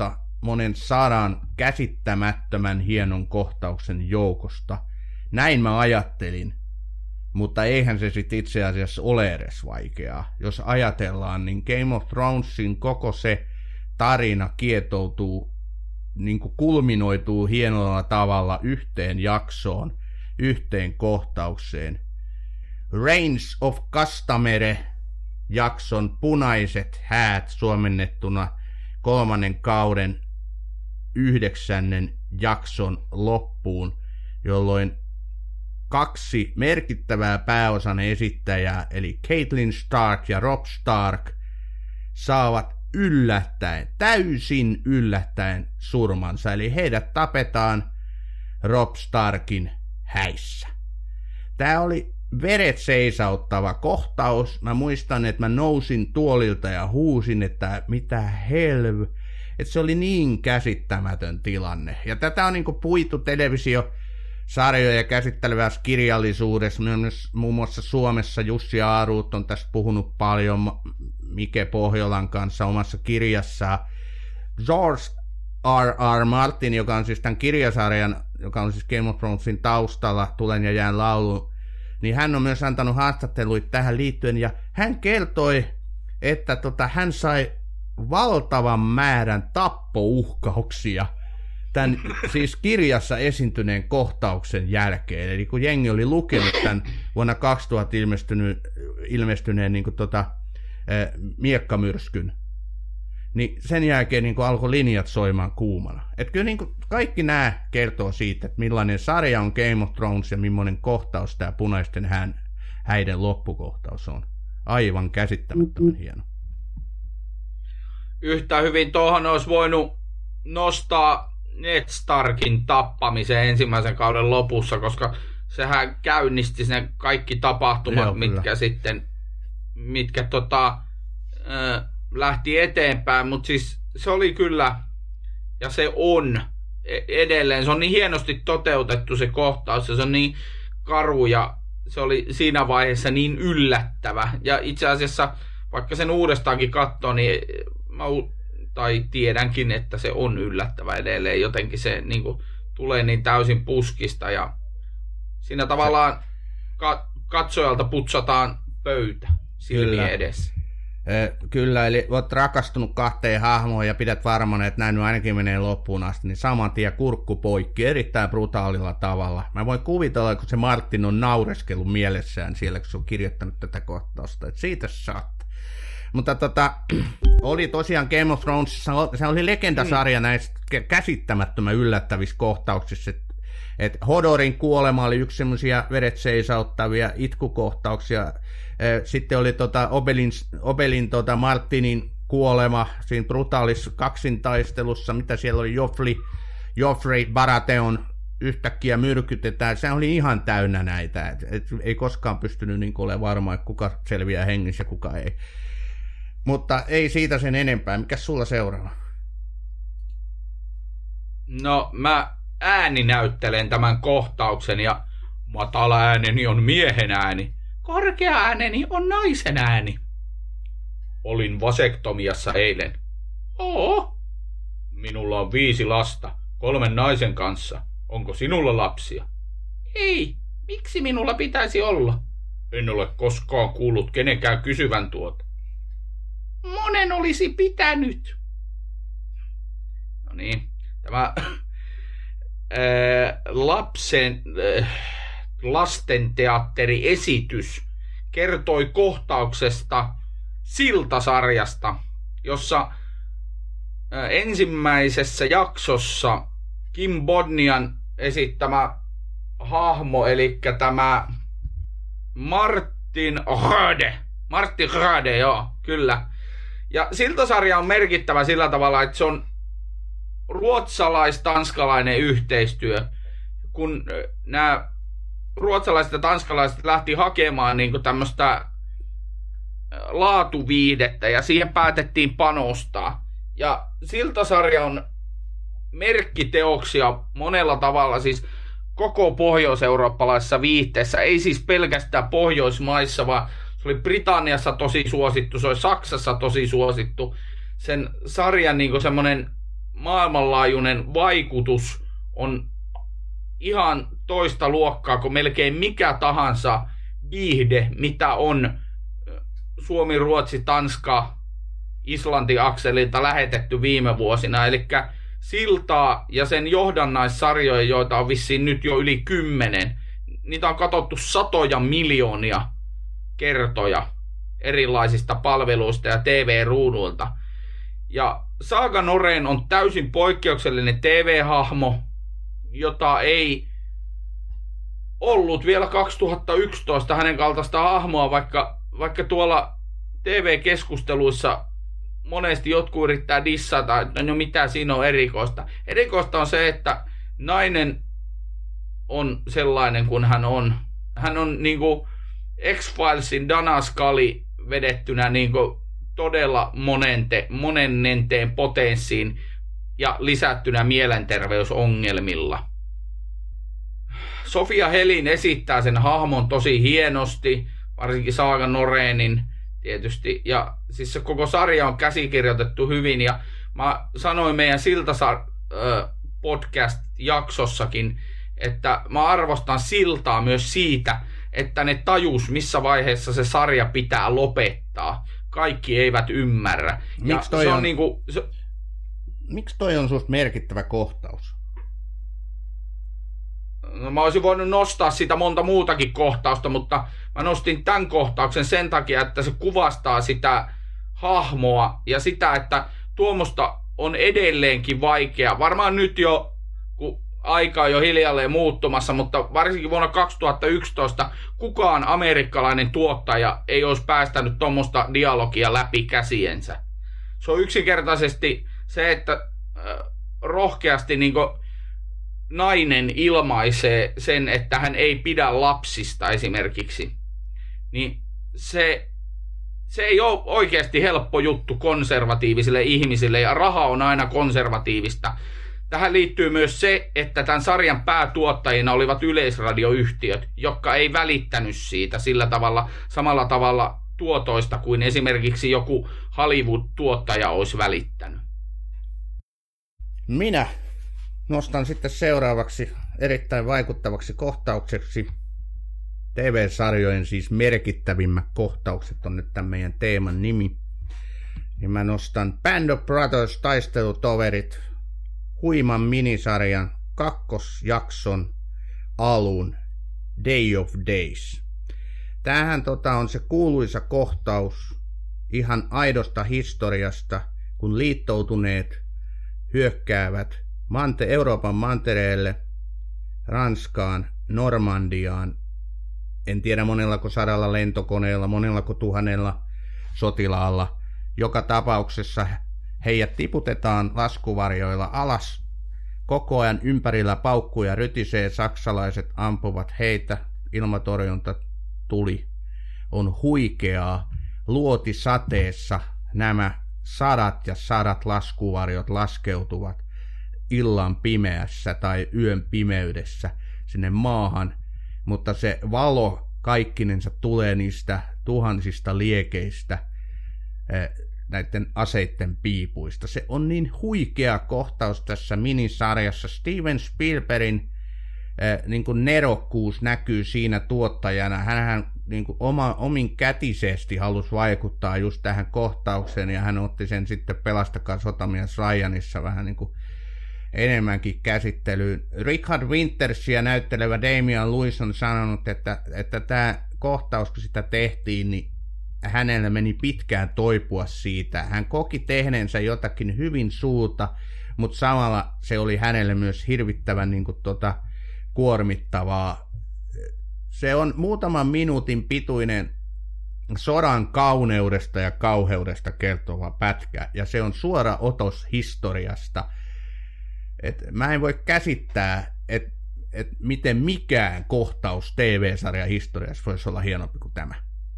Speaker 2: monen sadan käsittämättömän hienon kohtauksen joukosta. Näin mä ajattelin, mutta eihän se sitten itse asiassa ole edes vaikeaa. Jos ajatellaan, niin Game of Thronesin koko se tarina kietoutuu, niin kuin kulminoituu hienolla tavalla yhteen jaksoon, yhteen kohtaukseen. Reigns of Castamere jakson punaiset häät suomennettuna kolmannen kauden yhdeksännen jakson loppuun, jolloin kaksi merkittävää pääosan esittäjää, eli Catelyn Stark ja Robb Stark, saavat yllättäen, täysin yllättäen surmansa, eli heidät tapetaan Robb Starkin häissä. Tämä oli veret seisauttava kohtaus. Mä muistan, että mä nousin tuolilta ja huusin, että mitä helv... Että se oli niin käsittämätön tilanne. Ja tätä on niinku puitu televisiosarjoja käsittelevässä kirjallisuudessa. Myös muun muassa Suomessa Jussi Aaruut on tästä puhunut paljon Mike Pohjolan kanssa omassa kirjassaan. George R. R. Martin, joka on siis tämän kirjasarjan, joka on siis Game of Thronesin taustalla, Tulen ja jään laulu, niin hän on myös antanut haastatteluita tähän liittyen, ja hän kertoi, että tota, hän sai valtavan määrän tappouhkauksia tämän siis kirjassa esiintyneen kohtauksen jälkeen. Eli kun jengi oli lukenut tämän vuonna kaksituhatta ilmestyneen, ilmestyneen niin kuin tota, eh, miekkamyrskyn, niin sen jälkeen niin kuin alkoi linjat soimaan kuumana. Että kyllä niin kuin kaikki nämä kertoo siitä, että millainen sarja on Game of Thrones ja millainen kohtaus tämä punaisten hän, häiden loppukohtaus on. Aivan käsittämättömän hieno.
Speaker 3: Yhtä hyvin tuohon olisi voinut nostaa Ned Starkin tappamisen ensimmäisen kauden lopussa, koska sehän käynnisti ne kaikki tapahtumat, Joo, mitkä kyllä. sitten mitkä tota, äh, lähti eteenpäin, mutta siis se oli kyllä, ja se on edelleen, se on niin hienosti toteutettu se kohtaus, ja se on niin karu, ja se oli siinä vaiheessa niin yllättävä, ja itse asiassa, vaikka sen uudestaankin katsoo, niin mä tai tiedänkin, että se on yllättävä edelleen, jotenkin se niin kuin, tulee niin täysin puskista, ja siinä tavallaan ka- katsojalta putsataan pöytä silmien edessä.
Speaker 2: Kyllä, eli olet rakastunut kahteen hahmoon ja pidät varmana, että näin ainakin menee loppuun asti, niin saman tien kurkku poikki erittäin brutaalilla tavalla. Mä voin kuvitella, kun se Martin on naureskellut mielessään siellä, kun se on kirjoittanut tätä kohtausta, että siitä saat. Mutta tota, oli tosiaan Game of Thrones, se oli legendasarja mm. näistä käsittämättömän yllättävissä kohtauksissa, että et Hodorin kuolema oli yksi semmoisia veret seisauttavia itkukohtauksia. Sitten oli tota Obelin, Obelin tota Martinin kuolema siinä brutaalissa kaksintaistelussa, mitä siellä oli, Joffrey, Joffrey Baratheon yhtäkkiä myrkytetään. Se oli ihan täynnä näitä, et, et, ei koskaan pystynyt niin olemaan varma, että kuka selviää hengissä ja kuka ei. Mutta ei siitä sen enempää. Mikäs sulla seuraava?
Speaker 3: No mä ääninäyttelen tämän kohtauksen, ja matala ääneni on miehen ääni. Korkea ääneni on naisen ääni. Olin vasektomiassa eilen. Oo. Minulla on viisi lasta, kolmen naisen kanssa. Onko sinulla lapsia? Ei. Miksi minulla pitäisi olla? En ole koskaan kuullut kenenkään kysyvän tuota. Monen olisi pitänyt. No niin, tämä ää, lapsen... Ää, lastenteatteriesitys kertoi kohtauksesta Siltasarjasta, jossa ensimmäisessä jaksossa Kim Bodnian esittämä hahmo, eli tämä Martin Rade, Martin Rade, joo, kyllä. Ja Siltasarja on merkittävä sillä tavalla, että se on ruotsalais-tanskalainen yhteistyö, kun nämä ruotsalaiset ja tanskalaiset lähti hakemaan niin kuin tämmöistä laatuviihdettä, ja siihen päätettiin panostaa. Ja Siltasarja on merkkiteoksia monella tavalla, siis koko pohjois-eurooppalaisessa viihteessä, ei siis pelkästään Pohjoismaissa, vaan se oli Britanniassa tosi suosittu, se oli Saksassa tosi suosittu. Sen sarjan niin kuin semmoinen maailmanlaajuinen vaikutus on ihan toista luokkaa kuin melkein mikä tahansa viihde, mitä on Suomi, Ruotsi, Tanska, Islanti-akselilta lähetetty viime vuosina. Eli Siltaa ja sen johdannaissarjoja, joita on vissiin nyt jo yli kymmenen, niitä on katsottu satoja miljoonia kertoja erilaisista palveluista ja T V-ruuduilta. Ja Saga Norén on täysin poikkeuksellinen T V-hahmo, jota ei ollut vielä kaksituhattayksitoista hänen kaltaista hahmoa, vaikka, vaikka tuolla T V-keskusteluissa monesti jotkut yrittää dissata, että no mitä siinä on erikoista. Erikoista on se, että nainen on sellainen kuin hän on. Hän on niinku X-Filesin Dana Scully vedettynä niinku todella monente, monennenteen potenssiin ja lisättynä mielenterveysongelmilla. Sofia Helin esittää sen hahmon tosi hienosti, varsinkin Saga Norénin tietysti. Ja siis se koko sarja on käsikirjoitettu hyvin. Ja mä sanoin meidän Siltasar podcast-jaksossakin, että mä arvostan Siltaa myös siitä, että ne tajus, missä vaiheessa se sarja pitää lopettaa. Kaikki eivät ymmärrä.
Speaker 2: Miksi toi,
Speaker 3: se on
Speaker 2: on,
Speaker 3: niinku, se...
Speaker 2: Miks toi on susta merkittävä kohtaus?
Speaker 3: No, mä olisin voinut nostaa sitä monta muutakin kohtausta, mutta mä nostin tämän kohtauksen sen takia, että se kuvastaa sitä hahmoa ja sitä, että tuommoista on edelleenkin vaikea. Varmaan nyt jo, kun aika on jo hiljalleen muuttumassa, mutta varsinkin vuonna kaksituhattayksitoista kukaan amerikkalainen tuottaja ei olisi päästänyt tuommoista dialogia läpi käsiensä. Se on yksinkertaisesti se, että äh, rohkeasti niin kuin nainen ilmaisee sen, että hän ei pidä lapsista esimerkiksi, niin se, se ei ole oikeasti helppo juttu konservatiivisille ihmisille, ja raha on aina konservatiivista. Tähän liittyy myös se, että tämän sarjan päätuottajina olivat yleisradioyhtiöt, jotka ei välittänyt siitä sillä tavalla, samalla tavalla tuotoista kuin esimerkiksi joku Hollywood-tuottaja olisi välittänyt.
Speaker 2: Minä nostan sitten seuraavaksi erittäin vaikuttavaksi kohtaukseksi. T V-sarjojen siis merkittävimmät kohtaukset on nyt tämän meidän teeman nimi. Ja mä nostan Band of Brothers taistelutoverit huiman minisarjan kakkosjakson alun Day of Days. Tämähän tota on se kuuluisa kohtaus ihan aidosta historiasta, kun liittoutuneet hyökkäävät Mante, Euroopan mantereelle, Ranskaan, Normandiaan, en tiedä monellako sadalla lentokoneella, monellako tuhannella sotilaalla. Joka tapauksessa heidät tiputetaan laskuvarjoilla alas. Koko ajan ympärillä paukkuja rytisee, saksalaiset ampuvat heitä, ilmatorjunta tuli. On huikeaa, luotisateessa nämä sadat ja sadat laskuvarjot laskeutuvat illan pimeässä tai yön pimeydessä sinne maahan, mutta se valo kaikkinensa tulee niistä tuhansista liekeistä, näiden aseitten piipuista. Se on niin huikea kohtaus tässä minisarjassa. Steven Spielbergin niin kuin nerokkuus näkyy siinä tuottajana. Hänhän niin kuin oma, omin kätisesti halusi vaikuttaa just tähän kohtaukseen, ja hän otti sen sitten Pelastakaa sotamies Ryanissa vähän niin kuin enemmänkin käsittelyyn. Richard Wintersia näyttelevä Damian Lewis on sanonut, että, että tämä kohtaus, kun sitä tehtiin, niin hänellä meni pitkään toipua siitä. Hän koki tehneensä jotakin hyvin suurta, mutta samalla se oli hänelle myös hirvittävän niin kuin, tota, kuormittavaa. Se on muutaman minuutin pituinen sodan kauneudesta ja kauheudesta kertova pätkä, ja se on suora otos historiasta. Et mä en voi käsittää, että et miten mikään kohtaus T V-sarjan historiassa voisi olla hienompi kuin tämä.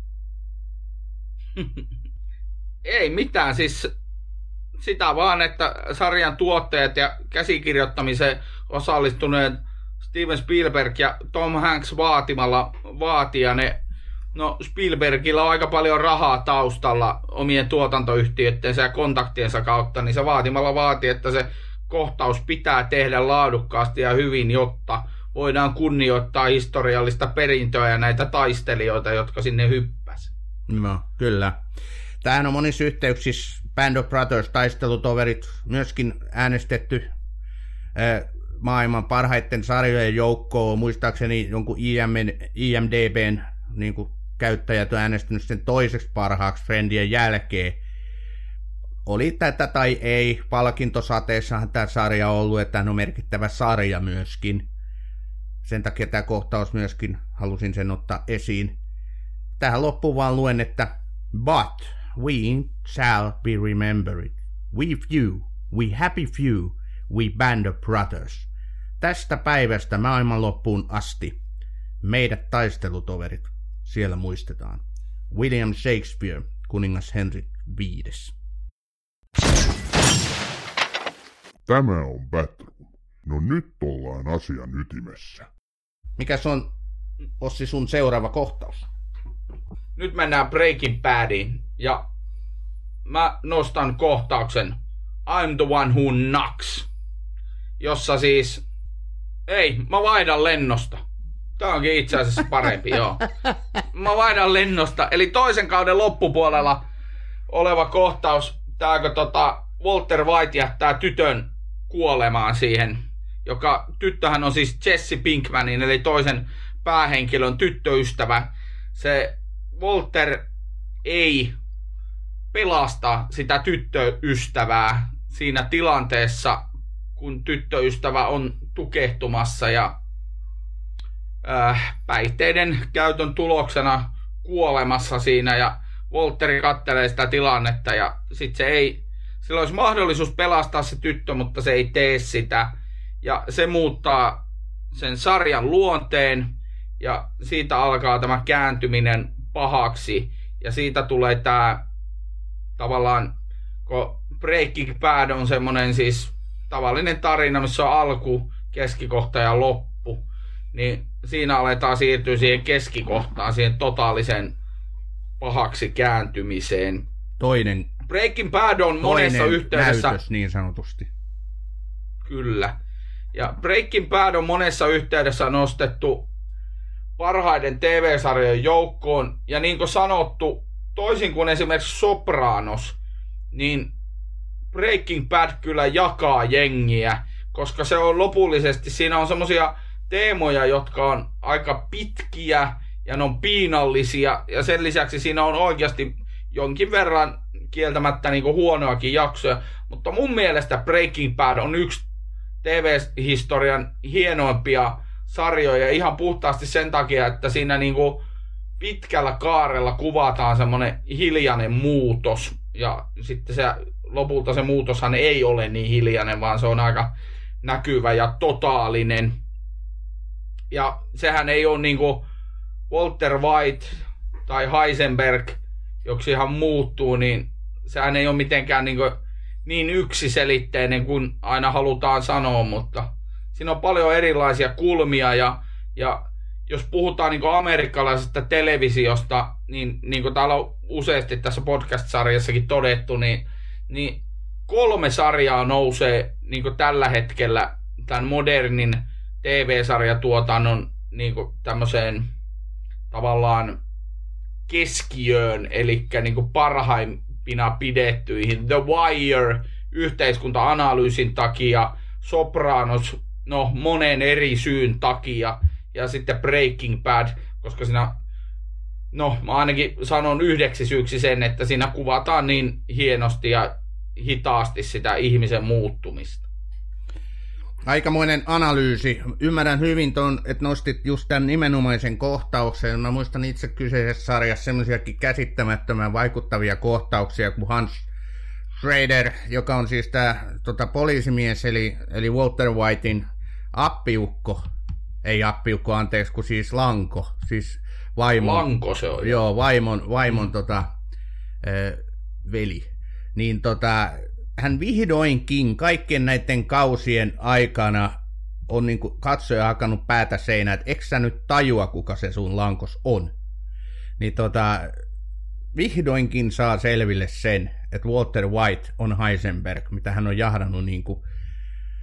Speaker 3: Ei mitään, siis sitä vaan, että sarjan tuottajat ja käsikirjoittamiseen osallistuneet Steven Spielberg ja Tom Hanks vaatimalla vaatia ne. No, Spielbergillä on aika paljon rahaa taustalla omien tuotantoyhtiöittensä ja kontaktiensa kautta, niin se vaatimalla vaati, että se kohtaus pitää tehdä laadukkaasti ja hyvin, jotta voidaan kunnioittaa historiallista perintöä ja näitä taistelijoita, jotka sinne hyppäsivät.
Speaker 2: No, kyllä. Tämähän on monissa yhteyksissä Band of Brothers, taistelutoverit, myöskin äänestetty äh, maailman parhaiten sarjojen joukkoon. Muistaakseni jonkun I M D B:n niin kuin käyttäjät on äänestänyt sen toiseksi parhaaksi Friendien jälkeen. Oli tätä tai ei, palkintosateessahan tämä sarja on ollut, että tämä on merkittävä sarja myöskin. Sen takia tämä kohtaus myöskin halusin sen ottaa esiin. Tähän loppuun vaan luen, että But we shall be remembered. We few, we happy few, we band of brothers. Tästä päivästä maailman loppuun asti meidät taistelutoverit siellä muistetaan. William Shakespeare, kuningas Henry viides.
Speaker 1: Tämä on Batroom. No nyt ollaan asian ytimessä.
Speaker 2: Mikäs on, Ossi, sun seuraava kohtaus?
Speaker 3: Nyt mennään Breaking Badiin ja mä nostan kohtauksen I'm the one who knocks, jossa siis, ei, mä vaihdan lennosta. Tää onkin itse asiassa parempi, joo. Mä vaihdan lennosta, eli toisen kauden loppupuolella oleva kohtaus, tääkö tota Walter White jättää tytön kuolemaan siihen, joka tyttöhän on siis Jesse Pinkmanin, eli toisen päähenkilön tyttöystävä. Se Walter ei pelasta sitä tyttöystävää siinä tilanteessa, kun tyttöystävä on tukehtumassa ja äh, päihteiden käytön tuloksena kuolemassa siinä, ja Walteri kattelee sitä tilannetta ja sit se ei, sillä olisi mahdollisuus pelastaa se tyttö, mutta se ei tee sitä, ja se muuttaa sen sarjan luonteen ja siitä alkaa tämä kääntyminen pahaksi ja siitä tulee tämä tavallaan, kun Breaking Bad on semmoinen siis tavallinen tarina, missä on alku, keskikohta ja loppu, niin siinä aletaan siirtyä siihen keskikohtaan, siihen totaalisen pahaksi kääntymiseen.
Speaker 2: Toinen,
Speaker 3: Breaking Bad on monessa
Speaker 2: toinen
Speaker 3: yhteydessä
Speaker 2: näytös niin sanotusti.
Speaker 3: Kyllä. Ja Breaking Bad on monessa yhteydessä nostettu parhaiden T V-sarjojen joukkoon. Ja niin kuin sanottu, toisin kuin esimerkiksi Sopranos, niin Breaking Bad kyllä jakaa jengiä, koska se on lopullisesti, siinä on semmosia teemoja, jotka on aika pitkiä ja ne on piinallisia. Ja sen lisäksi siinä on oikeasti jonkin verran kieltämättä niin kuin huonoakin jaksoja. Mutta mun mielestä Breaking Bad on yksi T V-historian hienoimpia sarjoja ihan puhtaasti sen takia, että siinä niin kuin pitkällä kaarella kuvataan semmoinen hiljainen muutos. Ja sitten se, lopulta se muutoshan ei ole niin hiljainen, vaan se on aika näkyvä ja totaalinen. Ja sehän ei ole niin kuin Walter White tai Heisenberg, joksi ihan muuttuu, niin sehän ei ole mitenkään niin, niin yksiselitteinen kuin aina halutaan sanoa, mutta siinä on paljon erilaisia kulmia ja, ja jos puhutaan niin amerikkalaisesta televisiosta, niin, niin kuin täällä on useasti tässä podcast-sarjassakin todettu, niin, niin kolme sarjaa nousee niin tällä hetkellä tämän modernin T V-sarjatuotannon niin tämmöiseen tavallaan keskiöön, eli niin parhaimpina pidettyihin. The Wire yhteiskunta-analyysin takia, Sopranos no monen eri syyn takia ja sitten Breaking Bad, koska siinä, no mä ainakin sanon yhdeksi syyksi sen, että siinä kuvataan niin hienosti ja hitaasti sitä ihmisen muuttumista.
Speaker 2: Aikamoinen analyysi. Ymmärrän hyvin ton, että nostit just tämän nimenomaisen kohtauksen. Mä muistan itse kyseisessä sarjassa semmoisiakin käsittämättömän vaikuttavia kohtauksia kuin Hans Schrader, joka on siis tämä tota, poliisimies, eli, eli Walter Whitein appiukko. Ei appiukko, anteeksi, kun siis lanko. Siis vaimon,
Speaker 3: lanko se on.
Speaker 2: Joo, vaimon, vaimon mm. tota, äh, veli. Niin tota... Hän vihdoinkin kaikkien näiden kausien aikana on niin kuin katsoja hakannut päätä seinään, että eikö sä nyt tajua, kuka se sun lankos on. Niin tota, vihdoinkin saa selville sen, että Walter White on Heisenberg, mitä hän on jahdannut niin kuin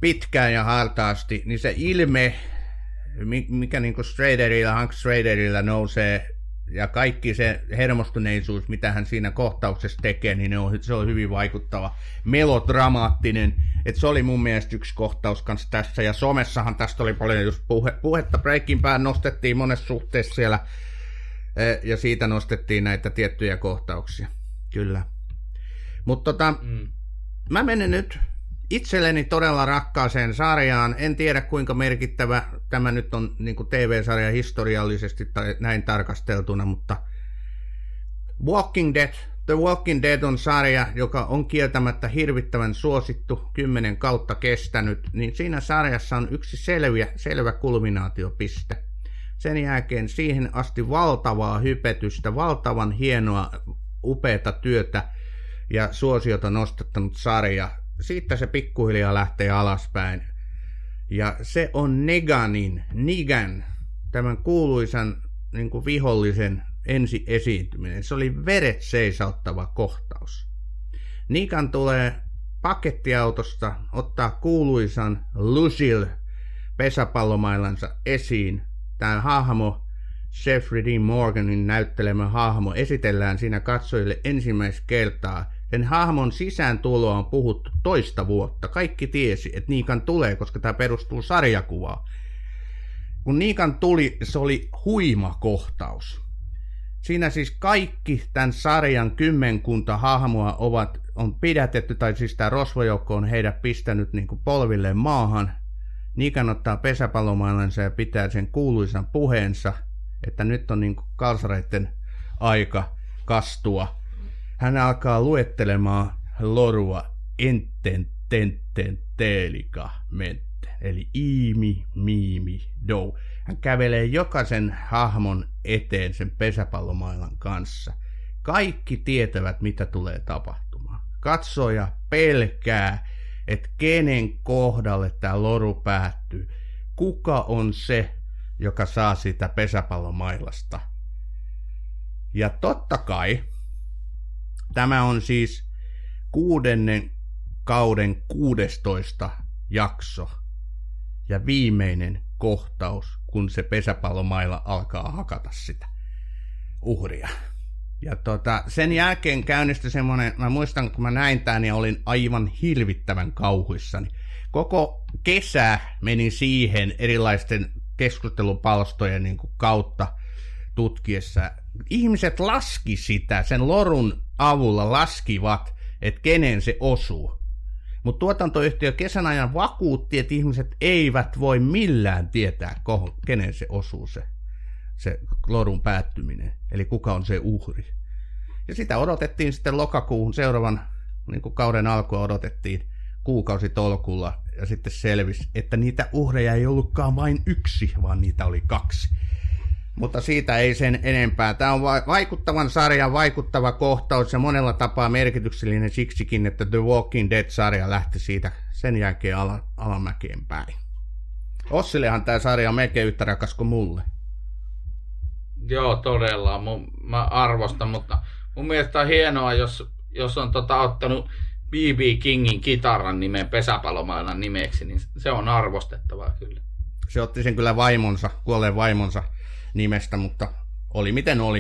Speaker 2: pitkään ja hartaasti, niin se ilme, mikä niin kuin Straderillä, Hank Straderillä nousee, ja kaikki se hermostuneisuus, mitä hän siinä kohtauksessa tekee, niin on, se on hyvin vaikuttava, melodramaattinen. Et se oli mun mielestä yksi kohtaus kanssa tässä, ja somessahan tästä oli paljon just puhe, puhetta. Breaking Bad nostettiin monessa suhteessa siellä, ja siitä nostettiin näitä tiettyjä kohtauksia. Kyllä. Mutta tota, mm. mä menen nyt itselleni todella rakkaaseen sarjaan. En tiedä kuinka merkittävä tämä nyt on niin kuin T V-sarja historiallisesti tai näin tarkasteltuna, mutta Walking Dead, The Walking Dead on sarja, joka on kieltämättä hirvittävän suosittu, kymmenen kautta kestänyt, niin siinä sarjassa on yksi selviä, selvä kulminaatiopiste. Sen jälkeen siihen asti valtavaa hypetystä, valtavan hienoa, upeata työtä ja suosiota nostattanut sarja. Siitä se pikkuhiljaa lähtee alaspäin. Ja se on Neganin, Negan, tämän kuuluisan niin kuin vihollisen ensi esiintyminen. Se oli veret seisauttava kohtaus. Negan tulee pakettiautosta, ottaa kuuluisan Lucille pesäpallomailansa esiin. Tämä hahmo, Jeffrey Dean Morganin näyttelemä hahmo, esitellään siinä katsojille ensimmäistä kertaa. Sen hahmon sisääntuloa on puhuttu toista vuotta. Kaikki tiesi, että Negan tulee, koska tämä perustuu sarjakuvaan. Kun Negan tuli, se oli huima kohtaus. Siinä siis kaikki tämän sarjan kymmenkunta hahmoa ovat, on pidätetty, tai siis tämä rosvojoukko on heidät pistänyt niin kuin polvilleen maahan. Negan ottaa pesäpallomailansa ja pitää sen kuuluisan puheensa, että nyt on niin kuin kalsareiden aika kastua. Hän alkaa luettelemaan lorua enten tenten teelika mente, eli iimi, miimi, dou. Hän kävelee jokaisen hahmon eteen sen pesäpallomailan kanssa. Kaikki tietävät, mitä tulee tapahtumaan. Katsoja pelkää, että kenen kohdalle tämä loru päättyy. Kuka on se, joka saa sitä pesäpallomailasta? Ja totta kai, tämä on siis kuudennen kauden kuudestoista jakso ja viimeinen kohtaus, kun se pesäpallomaila alkaa hakata sitä uhria. Ja tota, sen jälkeen käynnistyi semmoinen, mä muistan kun mä näin tämän, niin olin aivan hirvittävän kauhuissani. Koko kesä meni siihen erilaisten keskustelupalstojen niin kuin kautta tutkiessa. Ihmiset laski sitä, sen lorun avulla laskivat, että kenen se osuu. Mutta tuotantoyhtiö kesän ajan vakuutti, että ihmiset eivät voi millään tietää, kenen se osuu se, se lorun päättyminen. Eli kuka on se uhri. Ja sitä odotettiin sitten lokakuuhun, seuraavan niin kuin kauden alkua odotettiin kuukausitolkulla. Ja sitten selvisi, että niitä uhreja ei ollutkaan vain yksi, vaan niitä oli kaksi. Mutta siitä ei sen enempää. Tämä on vaikuttavan sarjan vaikuttava kohtaus ja monella tapaa merkityksellinen siksikin, että The Walking Dead-sarja lähti siitä sen jälkeen ala, alamäkeen päin. Ossillehan tämä sarja on melkein yhtä rakas kuin mulle.
Speaker 3: Joo, todella. Mun, mä arvostan, mutta mun mielestä on hienoa, jos, jos on tota, ottanut B B Kingin kitaran nimen pesäpallomailan nimeksi, niin se on arvostettavaa kyllä.
Speaker 2: Se otti sen kyllä vaimonsa, kuolleen vaimonsa nimestä, mutta oli miten oli.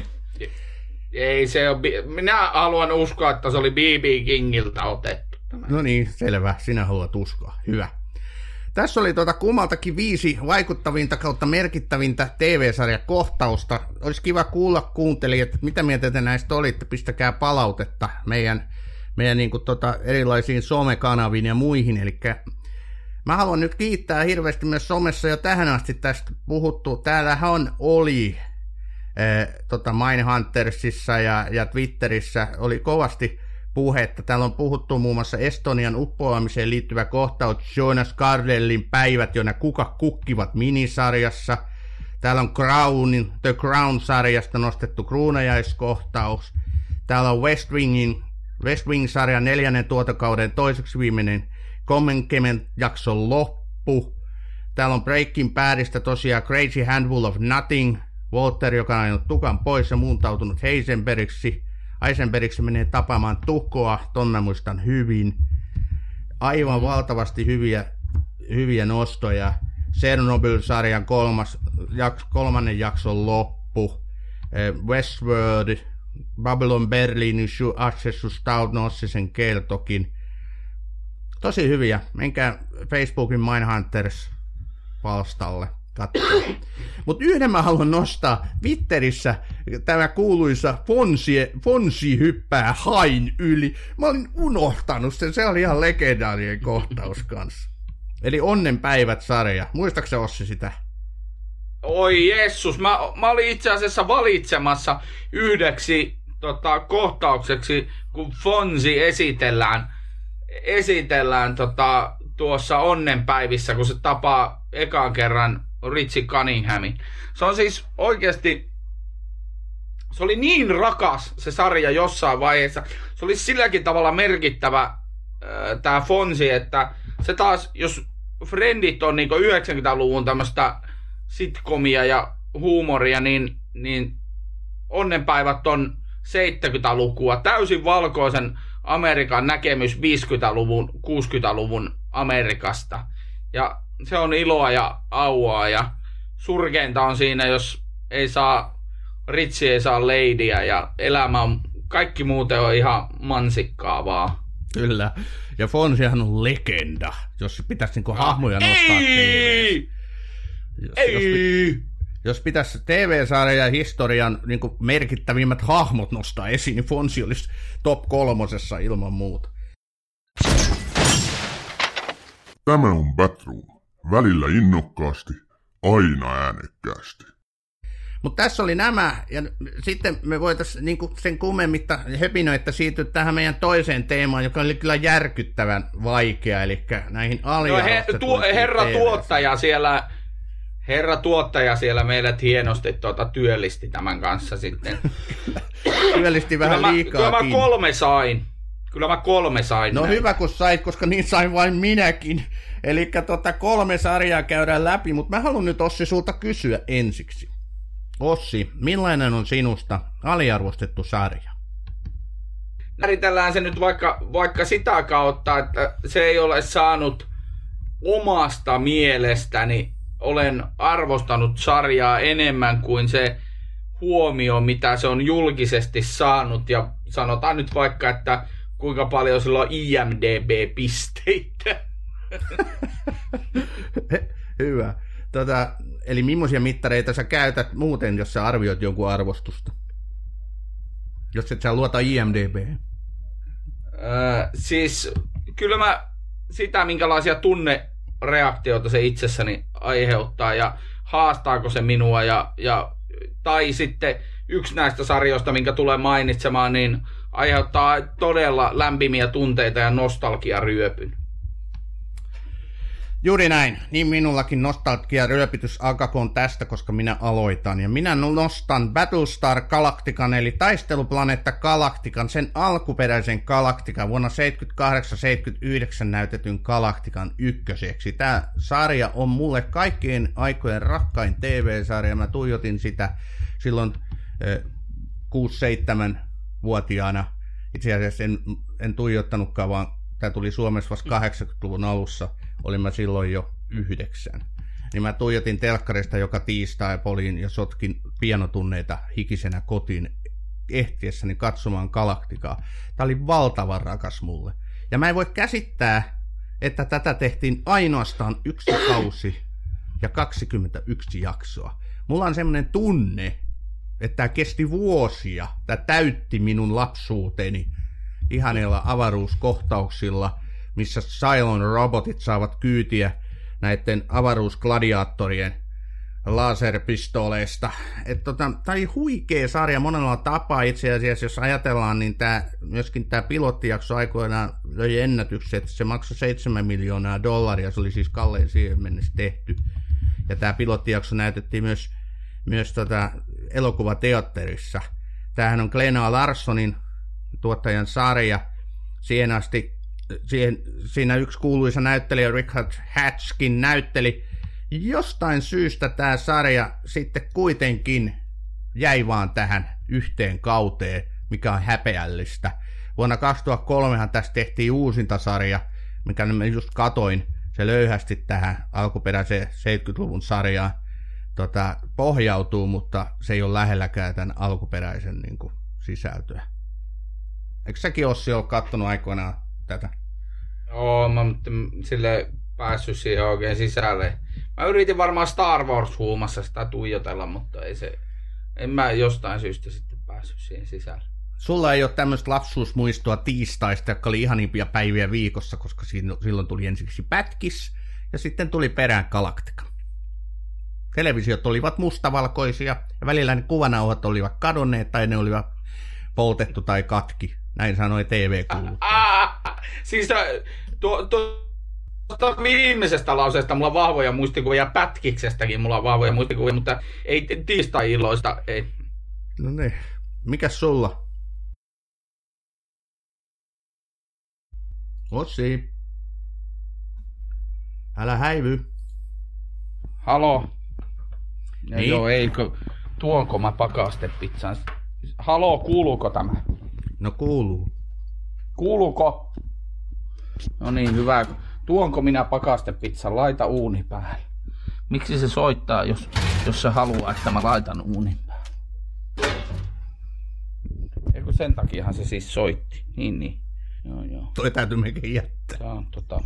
Speaker 3: Ei se ole, minä haluan uskoa, että se oli B B Kingiltä otettu.
Speaker 2: No niin, selvä, sinä haluat uskoa, hyvä. Tässä oli tuota kummaltakin viisi vaikuttavinta kautta merkittävintä T V-sarjakohtausta. Olisi kiva kuulla kuuntelijat, että mitä mieltä te näistä olitte, pistäkää palautetta meidän, meidän niin kuin tota erilaisiin somekanaviin ja muihin, eli mä haluan nyt kiittää hirveästi myös somessa jo tähän asti tästä puhuttu. Täällähän oli äh, tota Mindhuntersissa ja, ja Twitterissä oli kovasti puhetta. Täällä on puhuttu muun muassa Estonian uppoamiseen liittyvä kohtaus Jonas Gardellin päivät, joina kuka kukkivat minisarjassa. Täällä on Crownin, The Crown-sarjasta nostettu kruunajaiskohtaus. Täällä on West Wingin, West Wing-sarjan neljännen tuotokauden toiseksi viimeinen Kommenkemen jakson loppu. Täällä on Breaking Badista tosiaan Crazy Handful of Nothing. Walter, joka on ajanut tukan pois ja muuntautunut Heisenbergiksi. Heisenbergiksi menee tapaamaan Tukoa, ton mä muistan hyvin. Aivan valtavasti hyviä, hyviä nostoja. Chernobyl-sarjan kolmas, jaks, kolmannen jakson loppu. Westworld, Babylon Berlinin Accessus Tautnossisen Keltokin. Tosi hyviä. Menkää Facebookin Mindhunters-palstalle katsomaan. Mutta yhden mä haluan nostaa. Twitterissä tämä kuuluisa Fonsi, Fonsi hyppää hain yli. Mä olin unohtanut sen. Se oli ihan legendaarinen kohtaus kanssa. Eli Onnenpäivät-sarja. Muistaaksä Ossi sitä?
Speaker 3: Oi Jessus, mä, mä olin itse asiassa valitsemassa yhdeksi tota, kohtaukseksi, kun Fonsi esitellään, esitellään tota, tuossa Onnenpäivissä, kun se tapaa ekan kerran Richie Cunninghamin. Se on siis oikeasti, se oli niin rakas se sarja jossain vaiheessa. Se oli silläkin tavalla merkittävä äh, tää Fonsi, että se taas, jos Friendit on niinku yhdeksänkymmentäluvun tämmöstä sitcomia ja huumoria, niin, niin Onnenpäivät on seitsemänkymmentälukua. Täysin valkoisen Amerikan näkemys viisikymmentäluvun, kuusikymmentäluvun Amerikasta. Ja se on iloa ja auaa ja surkeinta on siinä, jos ei saa, Richie ei saa ladyä ja elämä on, kaikki muuten on ihan mansikkaa vaan.
Speaker 2: Kyllä. Ja Fonsihan on legenda, jos pitäisi niinku hahmoja nostaa T V. Jos,
Speaker 3: Ei!
Speaker 2: Jos, jos pitäisi T V-sarjan historian niin kuin merkittävimmät hahmot nostaa esiin, niin Fonsi olisi top kolmosessa ilman muuta.
Speaker 1: Tämä on Batroom. Välillä innokkaasti, aina äänekkäästi.
Speaker 2: Mutta tässä oli nämä, ja sitten me voitaisiin niin sen kummemmitta höpinöitä siirtyä tähän meidän toiseen teemaan, joka oli kyllä järkyttävän vaikea, eli näihin aliarvostettuihin
Speaker 3: no, he, tu, Herra tuottaja siellä... Herra tuottaja siellä meidät hienosti tuota, työllisti tämän kanssa sitten.
Speaker 2: Työllisti vähän
Speaker 3: kyllä
Speaker 2: liikaakin.
Speaker 3: Mä, kyllä mä kolme sain. Kyllä mä kolme sain.
Speaker 2: No näin. Hyvä kun sait, koska niin sain vain minäkin. Eli tota, kolme sarjaa käydään läpi, mutta mä haluan nyt Ossi sulta kysyä ensiksi. Ossi, millainen on sinusta aliarvostettu sarja?
Speaker 3: Määritellään se nyt vaikka, vaikka sitä kautta, että se ei ole saanut omasta mielestäni, olen arvostanut sarjaa enemmän kuin se huomio, mitä se on julkisesti saanut. Ja sanotaan nyt vaikka, että kuinka paljon sillä on I M D B-pisteitä.
Speaker 2: Hyvä. Tota, eli millaisia mittareita sä käytät muuten, jos sä arvioit jonkun arvostusta? Jos et sä luota I M D B.
Speaker 3: Öö, siis kyllä mä sitä, minkälaisia tunnereaktioita se itsessäni aiheuttaa ja haastaako se minua. Ja, ja, tai sitten yksi näistä sarjoista, minkä tulee mainitsemaan, niin aiheuttaa todella lämpimiä tunteita ja nostalgiaryöpyn.
Speaker 2: Juuri näin. Niin minullakin nostalgia-ryöpitys alkakoon tästä, koska minä aloitan. Ja minä nostan Battlestar Galactican, eli taisteluplaneetta Galactican, sen alkuperäisen Galactican, vuonna seitsemänkymmentäkahdeksan seitsemänkymmentäyhdeksän näytetyn Galactican ykköseksi. Tämä sarja on mulle kaikkien aikojen rakkain T V-sarja. Mä tuijotin sitä silloin eh, kuusi seitsemän vuotiaana. Itse asiassa en, en tuijottanutkaan, vaan tämä tuli Suomessa vasta kahdeksankymmentäluvun alussa. Olin mä silloin jo yhdeksän. Niin mä tuijotin telkkarista joka tiistai poliin ja sotkin pianotunneita hikisenä kotiin ehtiessäni katsomaan Galacticaa. Tää oli valtavan rakas mulle. Ja mä en voi käsittää, että tätä tehtiin ainoastaan yksi kausi ja kaksikymmentäyksi jaksoa. Mulla on semmonen tunne, että tää kesti vuosia. Tää täytti minun lapsuuteni ihanilla avaruuskohtauksilla, missä Cylon robotit saavat kyytiä näiden avaruusgladiaattorien laserpistooleista. Tota, tämä oli huikea sarja monella tapaa itse asiassa, jos ajatellaan, niin tää, myöskin tämä pilottijakso aikoinaan löi ennätyksen, että se maksoi seitsemän miljoonaa dollaria, se oli siis kallein siihen mennessä tehty. Ja tämä pilottijakso näytettiin myös, myös tota elokuvateatterissa. Tämähän on Glenn A. Larssonin tuottajan sarja. Siihen asti Siihen, siinä yksi kuuluisa näyttelijä Richard Hatchkin näytteli. Jostain syystä tämä sarja sitten kuitenkin jäi vaan tähän yhteen kauteen, mikä on häpeällistä. Vuonna kaksituhattakolme tästä tehtiin uusinta sarja, mikä mä just katoin. se löyhästi tähän alkuperäiseen seitsemänkymmentäluvun sarjaan tota, pohjautuu, mutta se ei ole lähelläkään tämän alkuperäisen niin kuin, sisältöä. Eikö säkin Ossi ole kattonut aikoinaan tätä?
Speaker 3: Joo, mä sille päässyt siihen oikein sisälle. Mä yritin varmaan Star Wars-huumassa sitä tuijotella, mutta ei se, en mä jostain syystä sitten päässyt siihen sisälle.
Speaker 2: Sulla ei ole tämmöistä lapsuusmuistoa tiistaista, jotka oli ihanimpia päiviä viikossa, koska silloin tuli ensiksi Pätkis ja sitten tuli perään Galactica. Televisiot olivat mustavalkoisia ja välillä ne kuvanauhat olivat kadonneet tai ne olivat poltettu tai katki. Näin sanoi T V-kuuluttaja.
Speaker 3: Siis tuo, tuo, tuo viimeisestä lauseesta mulla on vahvoja muistikuvia, Pätkiksestäkin mulla on vahvoja muistikuvia, mutta ei tiistai-illoista. Ei.
Speaker 2: No niin, mikäs sulla? Ossi. Älä häivy.
Speaker 3: Halo.
Speaker 2: Niin?
Speaker 3: Joo, eikö, tuonko mä pakastepizzan? Halo, kuuluuko tämä?
Speaker 2: No kuuluu.
Speaker 3: Kuuluuko? No niin, hyvä. Tuonko minä pakastepizzan? Laita uuni päälle. Miksi se soittaa, jos, jos se haluaa, että mä laitan uunin päälle? Eikö sen takiahan se siis soitti? Niin, niin. Joo, joo.
Speaker 2: Toi täytyy mekin jättää.
Speaker 3: Tää on tota...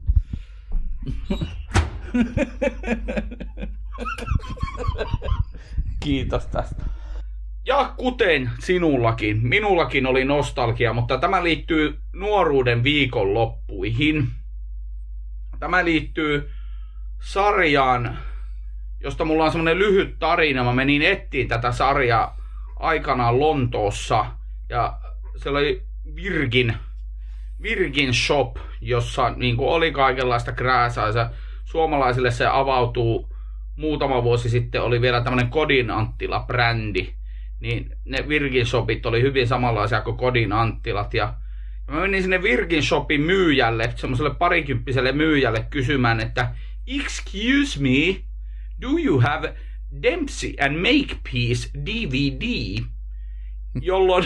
Speaker 3: Kiitos tästä. Ja kuten sinullakin, minullakin oli nostalgia, mutta tämä liittyy nuoruuden viikonloppuihin. Tämä liittyy sarjaan, josta mulla on semmonen lyhyt tarina. Mä menin etsiin tätä sarjaa aikanaan Lontoossa ja siellä oli Virgin, Virgin Shop, jossa niin kuin oli kaikenlaista krääsää. Suomalaisille se avautuu muutama vuosi sitten, oli vielä tämmönen Kodin Anttila-brändi. Niin ne Virgin Shopit oli hyvin samanlaisia kuin Kodin Anttilat. Ja mä menin sinne Virgin Shopin myyjälle, semmoiselle parikymppiselle myyjälle kysymään, että excuse me, do you have Dempsey and Makepeace D V D? Jolloin,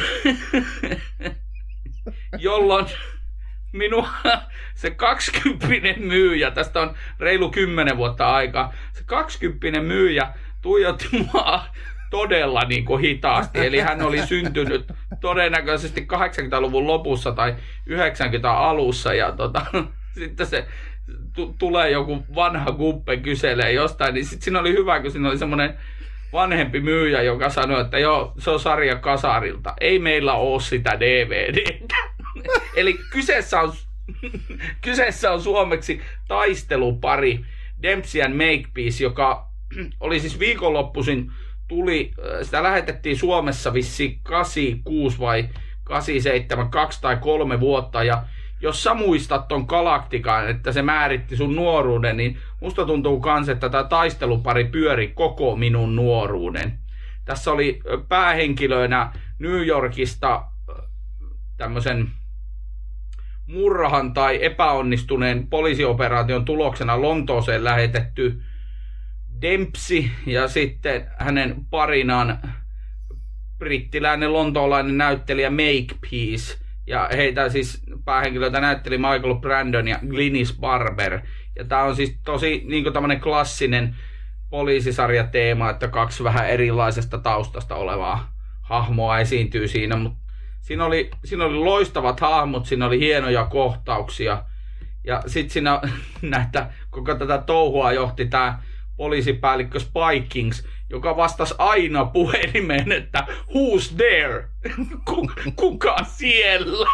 Speaker 3: jolloin minua se kaksikymppinen myyjä, tästä on reilu kymmenen vuotta aikaa, se kaksikymppinen myyjä tuijotti mua todella niin kuin hitaasti. Eli hän oli syntynyt todennäköisesti kahdeksankymmentäluvun lopussa tai yhdeksänkymmentäluvun alussa. Ja tota, sitten se t- tulee joku vanha kuppe kyselee jostain. Niin sitten siinä oli hyvä, kun siinä oli semmoinen vanhempi myyjä, joka sanoi, että joo, se on sarja kasarilta. Ei meillä ole sitä D V D:tä. Eli kyseessä on, kyseessä on suomeksi taistelupari Dempsey and Makepeace, joka oli siis viikonloppuisin tuli, sitä lähetettiin Suomessa vissiin kahdeksankymmentäkuusi vai kahdeksankymmentäseitsemän, kaksi tai kolme vuotta, ja jos sä muistat ton Galactican, että se määritti sun nuoruuden, niin musta tuntuu kans, että tämä taistelupari pyöri koko minun nuoruuden. Tässä oli päähenkilöinä New Yorkista tämmöisen murhan tai epäonnistuneen poliisioperaation tuloksena Lontooseen lähetetty Dempsey ja sitten hänen parinaan brittiläinen lontoolainen näyttelijä Makepeace. Ja heitä siis päähenkilöitä näytteli Michael Brandon ja Glynis Barber. Ja tää on siis tosi niinku tämmönen klassinen poliisisarjateema, että kaksi vähän erilaisesta taustasta olevaa hahmoa esiintyy siinä. Mut siinä oli, siinä oli loistavat hahmot, siinä oli hienoja kohtauksia. Ja sit siinä näitä, koko tätä touhua johti tää poliisipäällikkö Spike Kings, joka vastasi aina puhelimeen, että who's there? Kuka siellä?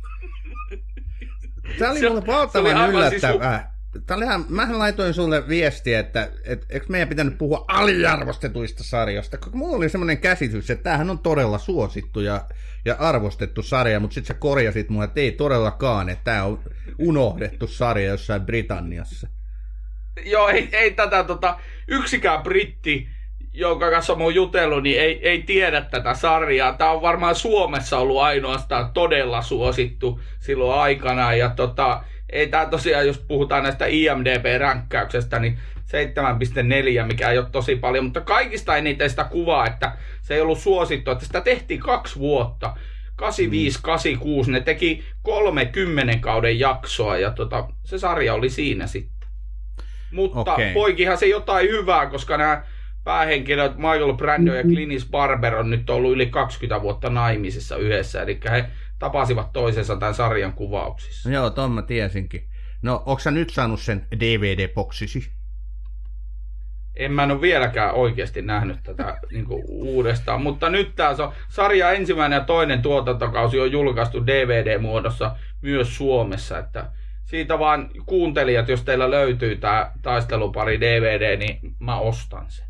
Speaker 2: Tämä oli mulle valtavan yllättävää. Tämä oli ihan, mähän laitoin sulle viestiä, että et, eikö meidän pitänyt puhua aliarvostetuista sarjoista, koska mulla oli semmoinen käsitys, että tämähän on todella suosittu ja, ja arvostettu sarja, mutta sitten sä korjasit mua, että ei todellakaan, että tämä on unohdettu sarja jossain Britanniassa.
Speaker 3: Joo, ei, ei tätä tota, yksikään britti, jonka kanssa mä oon jutellut, niin ei, ei tiedä tätä sarjaa. Tää on varmaan Suomessa ollut ainoastaan todella suosittu silloin aikana. Ja tota, ei tää tosiaan, jos puhutaan näistä I M D B-ränkkäyksestä, niin seitsemän pilkku neljä, mikä ei ole tosi paljon. Mutta kaikista eniten sitä kuvaa, että se ei ollut suosittu, että sitä tehtiin kaksi vuotta. kahdeksankymmentäviisi kahdeksankymmentäkuusi, ne teki kolmekymmentä kauden jaksoa ja tota, se sarja oli siinä sitten. Mutta
Speaker 2: okay.
Speaker 3: Poikihan se jotain hyvää, koska nämä päähenkilöt Michael Brando ja Clint Barber on nyt ollut yli kaksikymmentä vuotta naimisissa yhdessä, eli he tapasivat toisensa tämän sarjan kuvauksissa.
Speaker 2: Joo, ton mä tiesinkin. No, onko sä nyt saanut sen D V D-boksisi?
Speaker 3: En mä en ole vieläkään oikeasti nähnyt tätä niin kuin uudestaan, mutta nyt tämä sarja ensimmäinen ja toinen tuotantokausi on julkaistu D V D-muodossa myös Suomessa, että siitä vaan kuuntelijat, jos teillä löytyy tämä taistelupari D V D, niin mä ostan sen.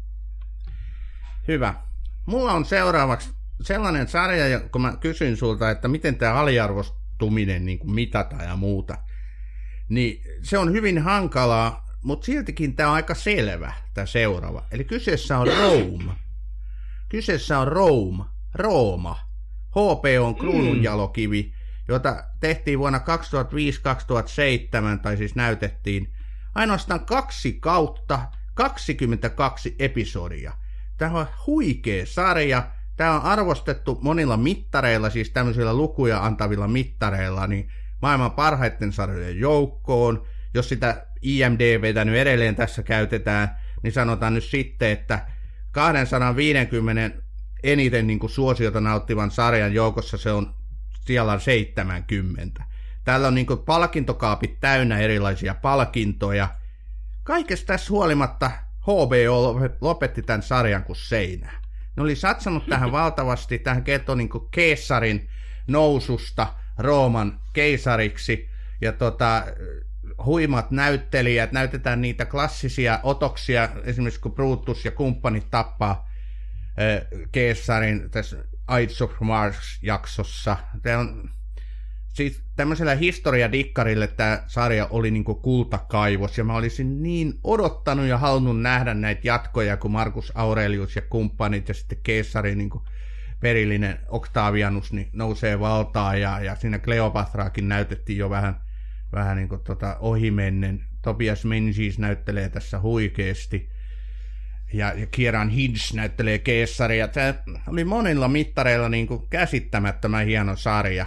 Speaker 2: Hyvä. Mulla on seuraavaksi sellainen sarja, kun mä kysyn sulta, että miten tämä aliarvostuminen niin kuin mitataan ja muuta, niin se on hyvin hankalaa, mutta siltikin tämä on aika selvä, tämä seuraava. Eli kyseessä on Rome. Kyseessä on Rome, Rooma. H P on kruununjalokivi, jota tehtiin vuonna kaksituhattaviisi kaksituhattaseitsemän, tai siis näytettiin ainoastaan kaksi kautta, kaksikymmentäkaksi episodia. Tämä on huikea sarja. Tämä on arvostettu monilla mittareilla, siis tämmöisillä lukuja antavilla mittareilla, niin maailman parhaiten sarjojen joukkoon. Jos sitä I M D B:tä nyt edelleen tässä käytetään, niin sanotaan nyt sitten, että kaksisataaviisikymmentä eniten niin kuin suosiota nauttivan sarjan joukossa se on siellä seitsemänkymmentä. Täällä on niin kuin palkintokaapit täynnä erilaisia palkintoja. Kaikesta tässä huolimatta H B O lopetti tämän sarjan kuin seinään. Ne oli satsannut tähän valtavasti, tähän kertoo niin kuin keisarin noususta Rooman keisariksi, ja tota, huimat näyttelijät, näytetään niitä klassisia otoksia, esimerkiksi kun Brutus ja kumppanit tappaa äh, keisarin tässä Ides of Mars-jaksossa. Tämä on, siis tämmöisellä historiadikkarille tämä sarja oli niin kuin kultakaivos, ja mä olisin niin odottanut ja halunnut nähdä näitä jatkoja, kun Marcus Aurelius ja kumppanit ja sitten keisarin niin kuin perillinen Octavianus niin nousee valtaan, ja, ja siinä Kleopatraakin näytettiin jo vähän, vähän niin kuin tota ohimennen. Tobias Menzies näyttelee tässä huikeasti, ja, ja Kieran Hintz näyttelee keisaria. Tämä oli monilla mittareilla niin kuin käsittämättömän hieno sarja.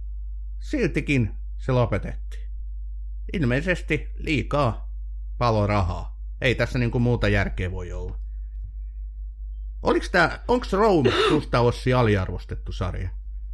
Speaker 2: Siltikin se lopetettiin. Ilmeisesti liikaa palo rahaa. Ei tässä niin kuin muuta järkeä voi olla. Oliko tämä, onko Rome susta Ossi aliarvostettu sarja?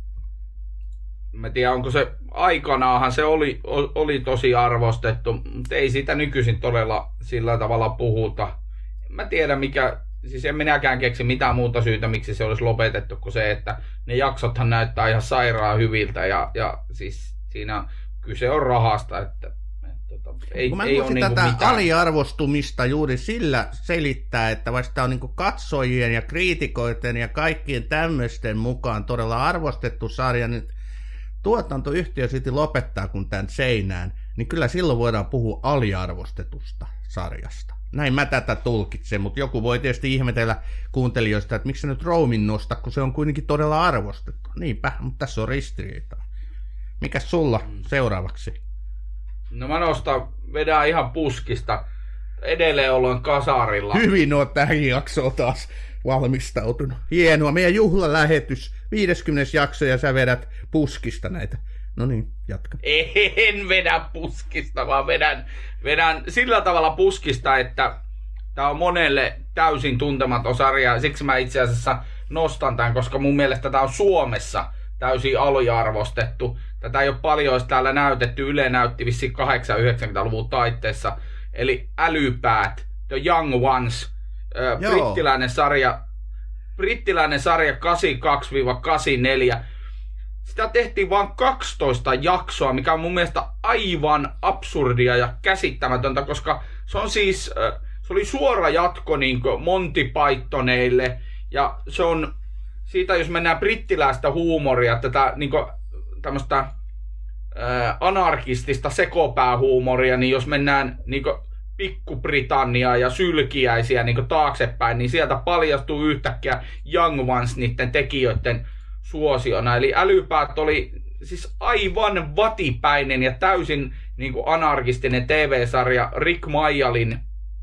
Speaker 3: Mä tiedän, onko se aikanaanhan se oli, oli tosi arvostettu, mutta ei siitä nykyisin todella sillä tavalla puhuta. Mä tiedän mikä, siis en minäkään keksi mitään muuta syytä, miksi se olisi lopetettu, kuin se, että ne jaksothan näyttää ihan sairaan hyviltä, ja, ja siis siinä kyse on rahasta, että, että, että ei,
Speaker 2: kun mä
Speaker 3: ei ole
Speaker 2: tätä
Speaker 3: niinku mitään
Speaker 2: aliarvostumista juuri sillä selittää, että vaikka on niinku katsojien ja kriitikoiden ja kaikkien tämmöisten mukaan todella arvostettu sarja, niin tuotantoyhtiö sitten lopettaa kun tämän seinään, niin kyllä silloin voidaan puhua aliarvostetusta sarjasta. Näin mä tätä tulkitsen, mutta joku voi tietysti ihmetellä kuuntelijoista, että miksi se nyt Romin nosta, kun se on kuitenkin todella arvostettu. Niinpä, mutta tässä on ristiriitaa. Mikäs sulla seuraavaksi?
Speaker 3: No mä nostan, vedän ihan puskista. Edelleen ollaan kasarilla.
Speaker 2: Hyvin oot tähän jaksoon taas valmistautunut. Hienoa, meidän juhlalähetys, viideskymmenes jakso, ja sä vedät puskista näitä. No niin, jatka.
Speaker 3: En vedä puskista, vaan vedän, vedän sillä tavalla puskista, että tää on monelle täysin tuntematon sarja. Siksi mä itse asiassa nostan tämän, koska mun mielestä tää on Suomessa täysin aliarvostettu. Tätä ei ole paljon täällä näytetty. Yle näytti vissiin kahdeksankymmentä-yhdeksänkymmentäluvun taitteessa. Eli Älypäät, The Young Ones, äh, brittiläinen sarja, brittiläinen sarja kahdeksankymmentäkaksi kahdeksankymmentäneljä. Sitä tehtiin vain kaksitoista jaksoa, mikä on mun mielestä aivan absurdia ja käsittämätöntä, koska se on siis, äh, se oli suora jatko niin kuin Monty Pythoneille, ja se on siitä, jos mennään brittiläistä huumoria, tätä niin kuin tämmöistä äh, anarkistista sekopäähuumoria, niin jos mennään niin kuin Pikku-Britanniaa ja sylkiäisiä niin kuin taaksepäin, niin sieltä paljastuu yhtäkkiä Young Ones niiden tekijöiden suosiona. Eli Älypäät oli siis aivan vatipäinen ja täysin niin kuin anarkistinen T V-sarja Rick Mayallin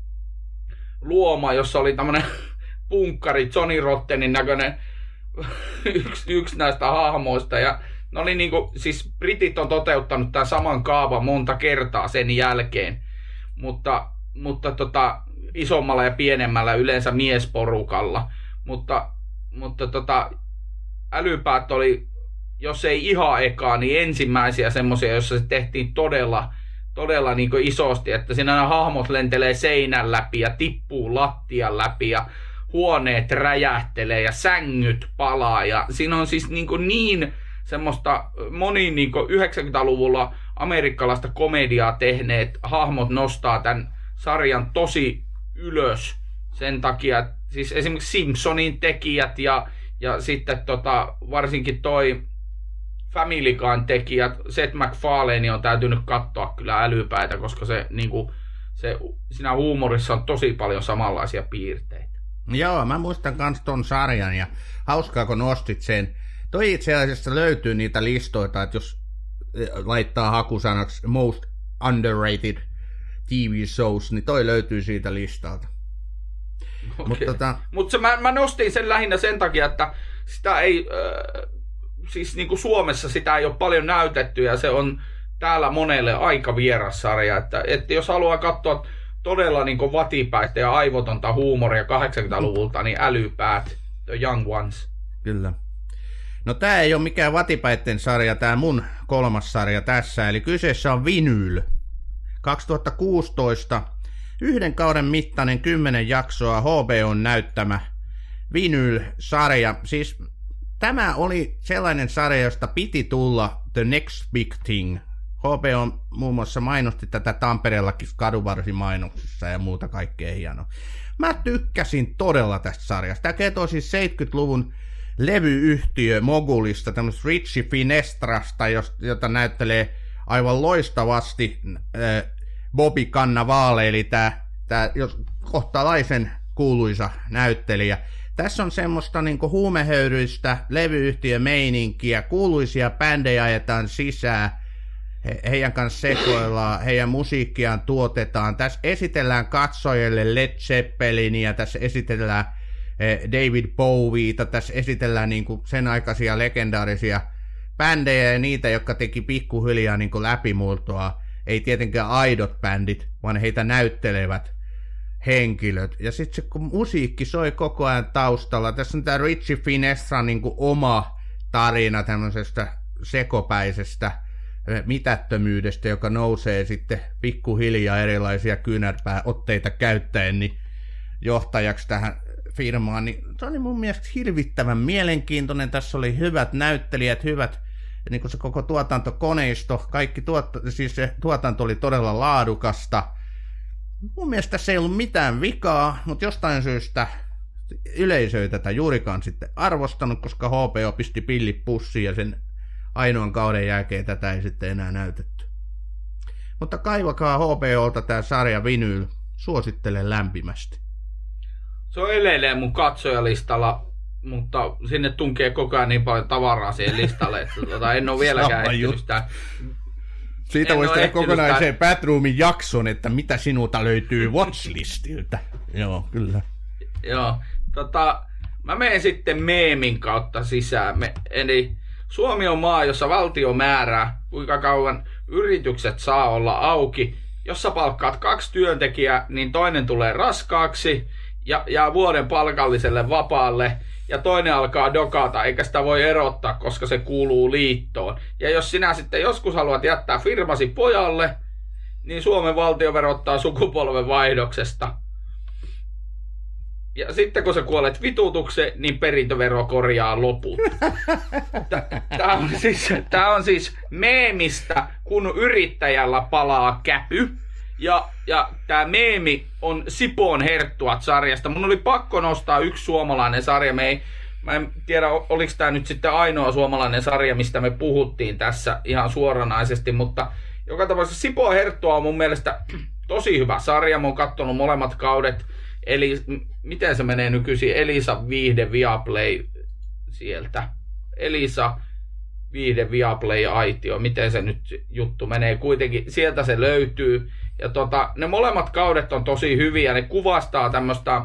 Speaker 3: luoma, jossa oli tämmönen punkkari Johnny Rottenin näköinen yksi, yksi näistä hahmoista. Ja ne oli niinku, siis britit on toteuttanut tämän saman kaavan monta kertaa sen jälkeen. Mutta, mutta tota, isommalla ja pienemmällä yleensä miesporukalla. Mutta, mutta tota, Älypäät oli, jos ei ihan ekaa, niin ensimmäisiä semmoisia, joissa se tehtiin todella, todella niin kuin isosti, että siinä nämä hahmot lentelee seinän läpi ja tippuu lattian läpi ja huoneet räjähtelee ja sängyt palaa. Ja siinä on siis niin, kuin niin semmoista moni niin kuin yhdeksänkymmentäluvulla amerikkalaista komediaa tehneet hahmot nostaa tämän sarjan tosi ylös sen takia, että siis esimerkiksi Simpsonin tekijät ja, ja sitten tota, varsinkin toi Family Guyn tekijät, Seth MacFarlane on täytynyt katsoa kyllä Älypäitä, koska se, niin kuin, se, siinä huumorissa on tosi paljon samanlaisia piirteitä.
Speaker 2: Joo, mä muistan kans ton sarjan ja hauskaa kun nostit sen. Toi itse asiassa löytyy niitä listoita, että jos laittaa hakusanaksi most underrated T V shows, niin toi löytyy siitä listalta.
Speaker 3: Okay.
Speaker 2: Mutta tota...
Speaker 3: Mut mä, mä nostin sen lähinnä sen takia, että sitä ei, äh, siis niinku Suomessa sitä ei ole paljon näytetty ja se on täällä monelle aika vieras sarja. Että, että jos haluaa katsoa todella niinku vatipäistä ja aivotonta huumoria kahdeksankymmentäluvulta, niin Älypäät, The Young Ones.
Speaker 2: Kyllä. No tää ei ole mikään vatipäitten sarja, tää mun kolmas sarja tässä, eli kyseessä on Vinyl. kaksituhattakuusitoista yhden kauden mittainen kymmenen jaksoa H B O:n näyttämä Vinyl-sarja. Siis tämä oli sellainen sarja, josta piti tulla The Next Big Thing. H B O muun muassa mainosti tätä Tampereellakin kadunvarsimainoksissa ja muuta kaikkea hienoa. Mä tykkäsin todella tästä sarjasta. Tämä kertoo siis seitsemänkymmentäluvun levyyhtiö Mogulista, tämmöistä Richie Finestrasta, jota näyttelee aivan loistavasti äh, Bobby Cannavale, eli tämä, tämä kohtalaisen kuuluisa näyttelijä. Tässä on semmoista niinku huumehöyryistä levyyhtiömeininkiä, kuuluisia bändejä ajetaan sisään, He, heidän kanssa sekoillaan, heidän musiikkiaan tuotetaan. Tässä esitellään katsojille Led Zeppelinia, tässä esitellään David Bowieta, tässä esitellään niinku sen aikaisia legendaarisia bändejä ja niitä, jotka teki pikkuhiljaa niinku läpimurtoa. Ei tietenkään aidot bändit, vaan heitä näyttelevät henkilöt. Ja sitten se, kun musiikki soi koko ajan taustalla, tässä on tämä Richie Finestran niinku oma tarina tämmöisestä sekopäisestä mitättömyydestä, joka nousee sitten pikkuhiljaa erilaisia kyynärpääotteita käyttäen niin johtajaksi tähän firmaan. Niin se oli mun mielestä hirvittävän mielenkiintoinen. Tässä oli hyvät näyttelijät, hyvät niin kuin se koko tuotantokoneisto, kaikki tuot, siis se tuotanto oli todella laadukasta. Mun mielestä tässä ei ollut mitään vikaa, mutta jostain syystä yleisö ei tätä juurikaan sitten arvostanut, koska H B O pisti pillit pussiin ja sen ainoan kauden jälkeen tätä ei sitten enää näytetty. Mutta kaivakaa H B Olta tämä sarja Vinyl, suosittelen lämpimästi.
Speaker 3: Se on edelleen mun katsojalistalla, mutta sinne tunkee koko ajan niin paljon tavaraa siihen listalle, että tuota, en ole vieläkään ehtinyt sitä.
Speaker 2: Siitä voisi tehdä kokonaisen sitä Batroomin jakson, että mitä sinulta löytyy watchlistiltä. Joo, kyllä.
Speaker 3: Joo, tota, mä menen sitten meemin kautta sisään. Me, eli Suomi on maa, jossa valtio määrää, kuinka kauan yritykset saa olla auki. Jos sä palkkaat kaksi työntekijää, niin toinen tulee raskaaksi ja jää vuoden palkalliselle vapaalle. Ja toinen alkaa dokata, eikä sitä voi erottaa, koska se kuuluu liittoon. Ja jos sinä sitten joskus haluat jättää firmasi pojalle, niin Suomen valtio verottaa sukupolven vaihdoksesta. Ja sitten kun sä kuolet vitutukseen, niin perintövero korjaa loput. Tämä on siis, tää on siis meemistä, kun yrittäjällä palaa käpy. Ja, ja tämä meemi on Sipoon herttuat sarjasta. Mun oli pakko nostaa yksi suomalainen sarja. Me ei, mä en tiedä, oliko tämä nyt sitten ainoa suomalainen sarja, mistä me puhuttiin tässä ihan suoranaisesti. Mutta joka tapauksessa Sipoon herttua on mun mielestä tosi hyvä sarja. Mä oon katsonut molemmat kaudet. Eli miten se menee nykyisin? Elisa Viihde Viaplay sieltä. Elisa Viihde Viaplay aitio. Miten se nyt juttu menee? Kuitenkin sieltä se löytyy. Ja tota, ne molemmat kaudet on tosi hyviä. Ne kuvastaa tämmöistä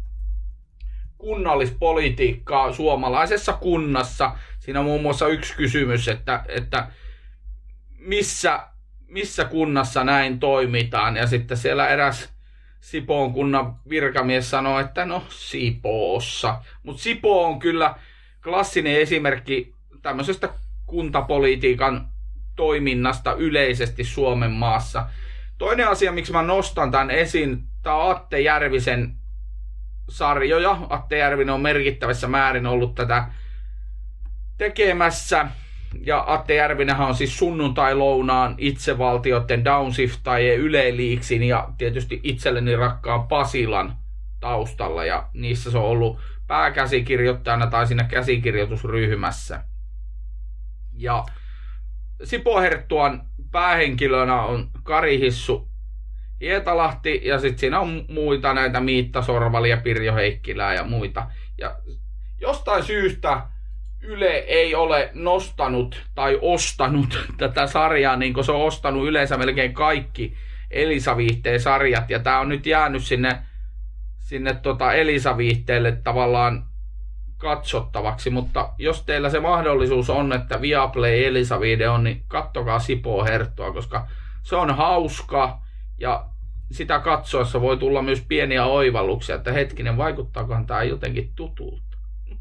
Speaker 3: kunnallispolitiikkaa suomalaisessa kunnassa. Siinä on muun muassa yksi kysymys, että, että missä, missä kunnassa näin toimitaan. Ja sitten siellä eräs Sipoon kunnan virkamies sanoi, että no Sipoossa. Mutta Sipoo on kyllä klassinen esimerkki tämmöisestä kuntapolitiikan toiminnasta yleisesti Suomen maassa. Toinen asia, miksi mä nostan tämän esiin, tämä on Atte Järvisen sarjoja. Atte Järvinen on merkittävässä määrin ollut tätä tekemässä. Ja Atte Järvinenhän on siis sunnuntai-lounaan itsevaltioiden downshiftaajien Yle Leaksin ja tietysti itselleni rakkaan Pasilan taustalla. Ja niissä se on ollut pääkäsikirjoittajana tai siinä käsikirjoitusryhmässä. Ja Sipoo Herttuan päähenkilönä on Kari Hissu Hietalahti ja sitten siinä on muita näitä Miitta Sorvali ja Pirjo Heikkilää ja muita. Ja jostain syystä Yle ei ole nostanut tai ostanut tätä sarjaa, niin kuin se on ostanut yleensä melkein kaikki Elisa-viihteen sarjat. Ja tää on nyt jäänyt sinne, sinne tota Elisa-viihteelle tavallaan katsottavaksi. Mutta jos teillä se mahdollisuus on, että Viaplay Elisa-viihde on, niin kattokaa Sipoo Herttua, koska se on hauska ja sitä katsoessa voi tulla myös pieniä oivalluksia, että hetkinen, vaikuttaakohan tää jotenkin tutulta.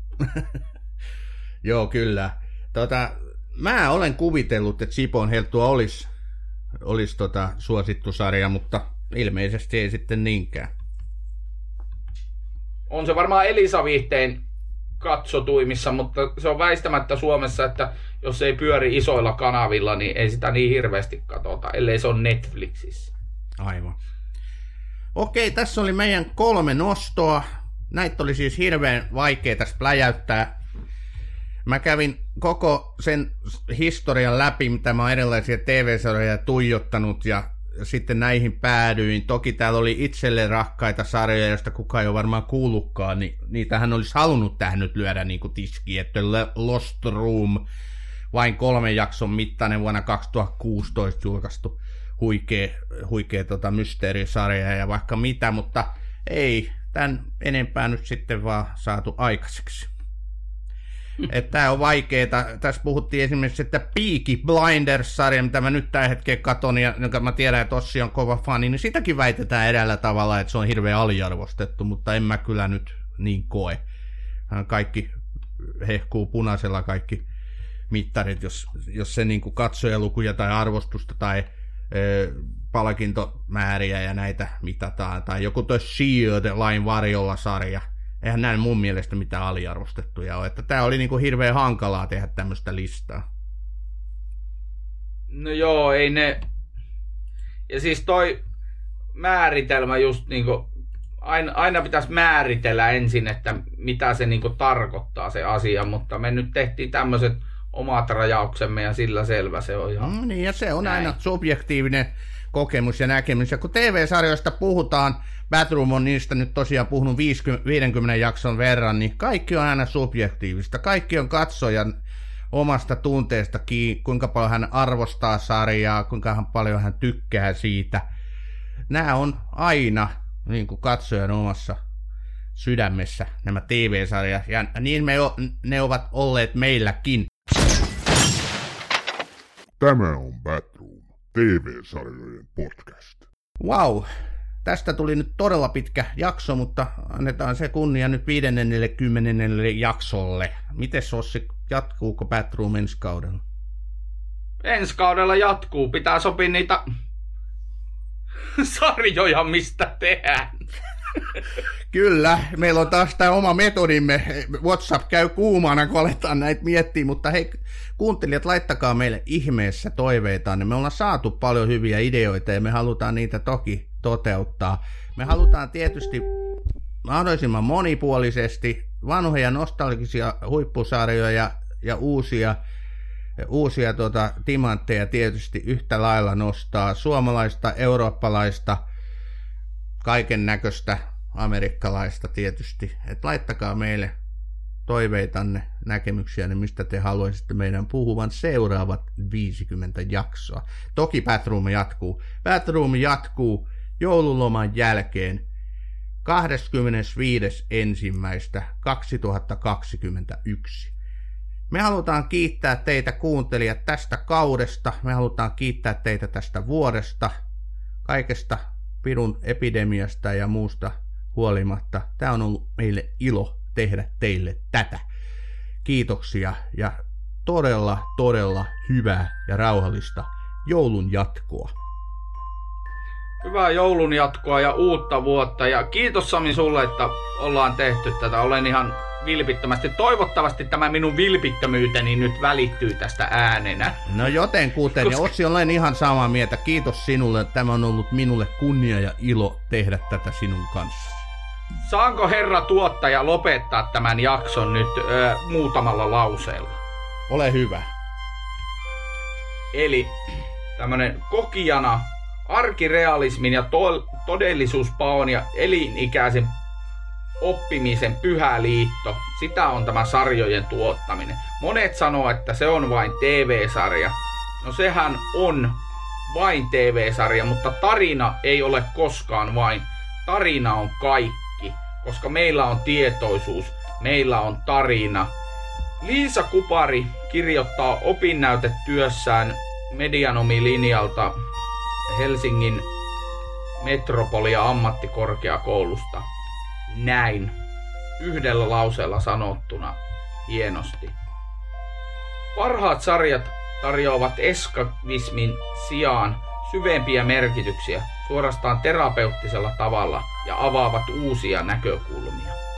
Speaker 2: Joo, kyllä. Tota, mä olen kuvitellut, että Sipoon Herttua olisi, olisi tota suosittu sarja, mutta ilmeisesti ei sitten niinkään.
Speaker 3: On se varmaan Elisa-viihteen katsotuimissa, mutta se on väistämättä Suomessa, että jos ei pyöri isoilla kanavilla, niin ei sitä niin hirveästi katsota, ellei se on Netflixissä.
Speaker 2: Aivan. Okei, tässä oli meidän kolme nostoa. Näitä oli siis hirveän vaikea tässä pläjäyttää. Mä kävin koko sen historian läpi, mitä mä oon erilaisia T V-sarjoja tuijottanut ja sitten näihin päädyin. Toki täällä oli itselle rakkaita sarjoja, joista kukaan ei ole varmaan kuullutkaan, niin niitähän olisi halunnut tähän nyt lyödä niin kuin tiskiin, että Lost Room, vain kolmen jakson mittainen vuonna kaksituhattakuusitoista julkaistu huikea, huikea tota mysteerisarja ja vaikka mitä, mutta ei tämän enempää nyt sitten vaan saatu aikaiseksi. Että tää on vaikeeta. Tässä puhuttiin esimerkiksi, että Peaky Blinders-sarja, mitä mä nyt tällä hetkellä katon, ja jonka mä tiedän, että Ossi on kova fani, niin sitäkin väitetään eräällä tavalla, että se on hirveän aliarvostettu, mutta en mä kyllä nyt niin koe. Kaikki hehkuu punaisella kaikki mittarit, jos, jos se niin kuin katsojalukuja tai arvostusta tai ö, palkintomääriä ja näitä mitataan. Tai joku toi Shield lain varjolla sarja. Eihän näin mun mielestä mitään aliarvostettuja ole. Että tää oli niinku hirveän hankalaa tehdä tämmöistä listaa.
Speaker 3: No joo, ei ne... Ja siis toi määritelmä just niinku... Aina, aina pitäisi määritellä ensin, että mitä se niinku tarkoittaa se asia, mutta me nyt tehtiin tämmöiset omat rajauksemme ja sillä selvä se on ihan...
Speaker 2: Mm, niin ja se on näin. Aina subjektiivinen kokemus ja näkemys. Ja kun T V-sarjoista puhutaan, Batroom on niistä nyt tosiaan puhunut viidenkymmenen jakson verran, niin kaikki on aina subjektiivista. Kaikki on katsojan omasta tunteesta kiinni, kuinka paljon hän arvostaa sarjaa, kuinka paljon hän tykkää siitä. Nämä on aina niin kuin katsojan omassa sydämessä, nämä T V-sarjat, ja niin me o, ne ovat olleet meilläkin.
Speaker 1: Tämä on Batroom, T V-sarjojen podcast.
Speaker 2: Wow. Tästä tuli nyt todella pitkä jakso, mutta annetaan se kunnia nyt viidennellekymmenennelle jaksolle. Mites Ossi, jatkuuko Batroom ensi kaudella?
Speaker 3: Ensi kaudella jatkuu. Pitää sopia niitä sarjoja, mistä tehdään.
Speaker 2: Kyllä, meillä on taas tämä oma metodimme. WhatsApp käy kuumana, kun aletaan näitä miettiä, mutta hei, kuuntelijat, laittakaa meille ihmeessä toiveitaan. Me ollaan saatu paljon hyviä ideoita ja me halutaan niitä toki toteuttaa. Me halutaan tietysti mahdollisimman monipuolisesti vanhoja nostalgisia huippusarjoja ja uusia, uusia tuota, timantteja tietysti yhtä lailla nostaa. Suomalaista, eurooppalaista, kaiken näköistä amerikkalaista tietysti. Et laittakaa meille toiveitanne, näkemyksiänne, mistä te haluaisitte meidän puhuvan seuraavat viisikymmentä jaksoa. Toki Batroom jatkuu. Batroom jatkuu joululoman jälkeen kahdeskymmenesviides ensimmäistä kaksituhattakaksikymmentäyksi. Me halutaan kiittää teitä kuuntelijat tästä kaudesta. Me halutaan kiittää teitä tästä vuodesta, kaikesta pirun epidemiasta ja muusta huolimatta. Tämä on ollut meille ilo tehdä teille tätä. Kiitoksia ja todella, todella hyvää ja rauhallista joulun jatkoa.
Speaker 3: Hyvää joulun jatkoa ja uutta vuotta. Ja kiitos Sami sulle, että ollaan tehty tätä. Olen ihan vilpittömästi. Toivottavasti tämä minun vilpittömyyteni nyt välittyy tästä äänenä.
Speaker 2: No jotenkuten, Koska... ja Otsi, olen ihan samaa mieltä. Kiitos sinulle. Tämä on ollut minulle kunnia ja ilo tehdä tätä sinun kanssa.
Speaker 3: Saanko herra tuottaja lopettaa tämän jakson nyt ö, muutamalla lauseella?
Speaker 2: Ole hyvä.
Speaker 3: Eli tämmönen kokijana arkirealismin ja to- todellisuuspaon ja elinikäisen oppimisen pyhä liitto. Sitä on tämä sarjojen tuottaminen. Monet sanoo, että se on vain T V-sarja. No sehän on vain T V-sarja, mutta tarina ei ole koskaan vain. Tarina on kaikki, koska meillä on tietoisuus, meillä on tarina. Liisa Kupari kirjoittaa opinnäytetyössään Medianomi-linjalta Helsingin Metropolia ammattikorkeakoulusta näin, yhdellä lauseella sanottuna, hienosti. Parhaat sarjat tarjoavat eskapismin sijaan syvempiä merkityksiä suorastaan terapeuttisella tavalla ja avaavat uusia näkökulmia.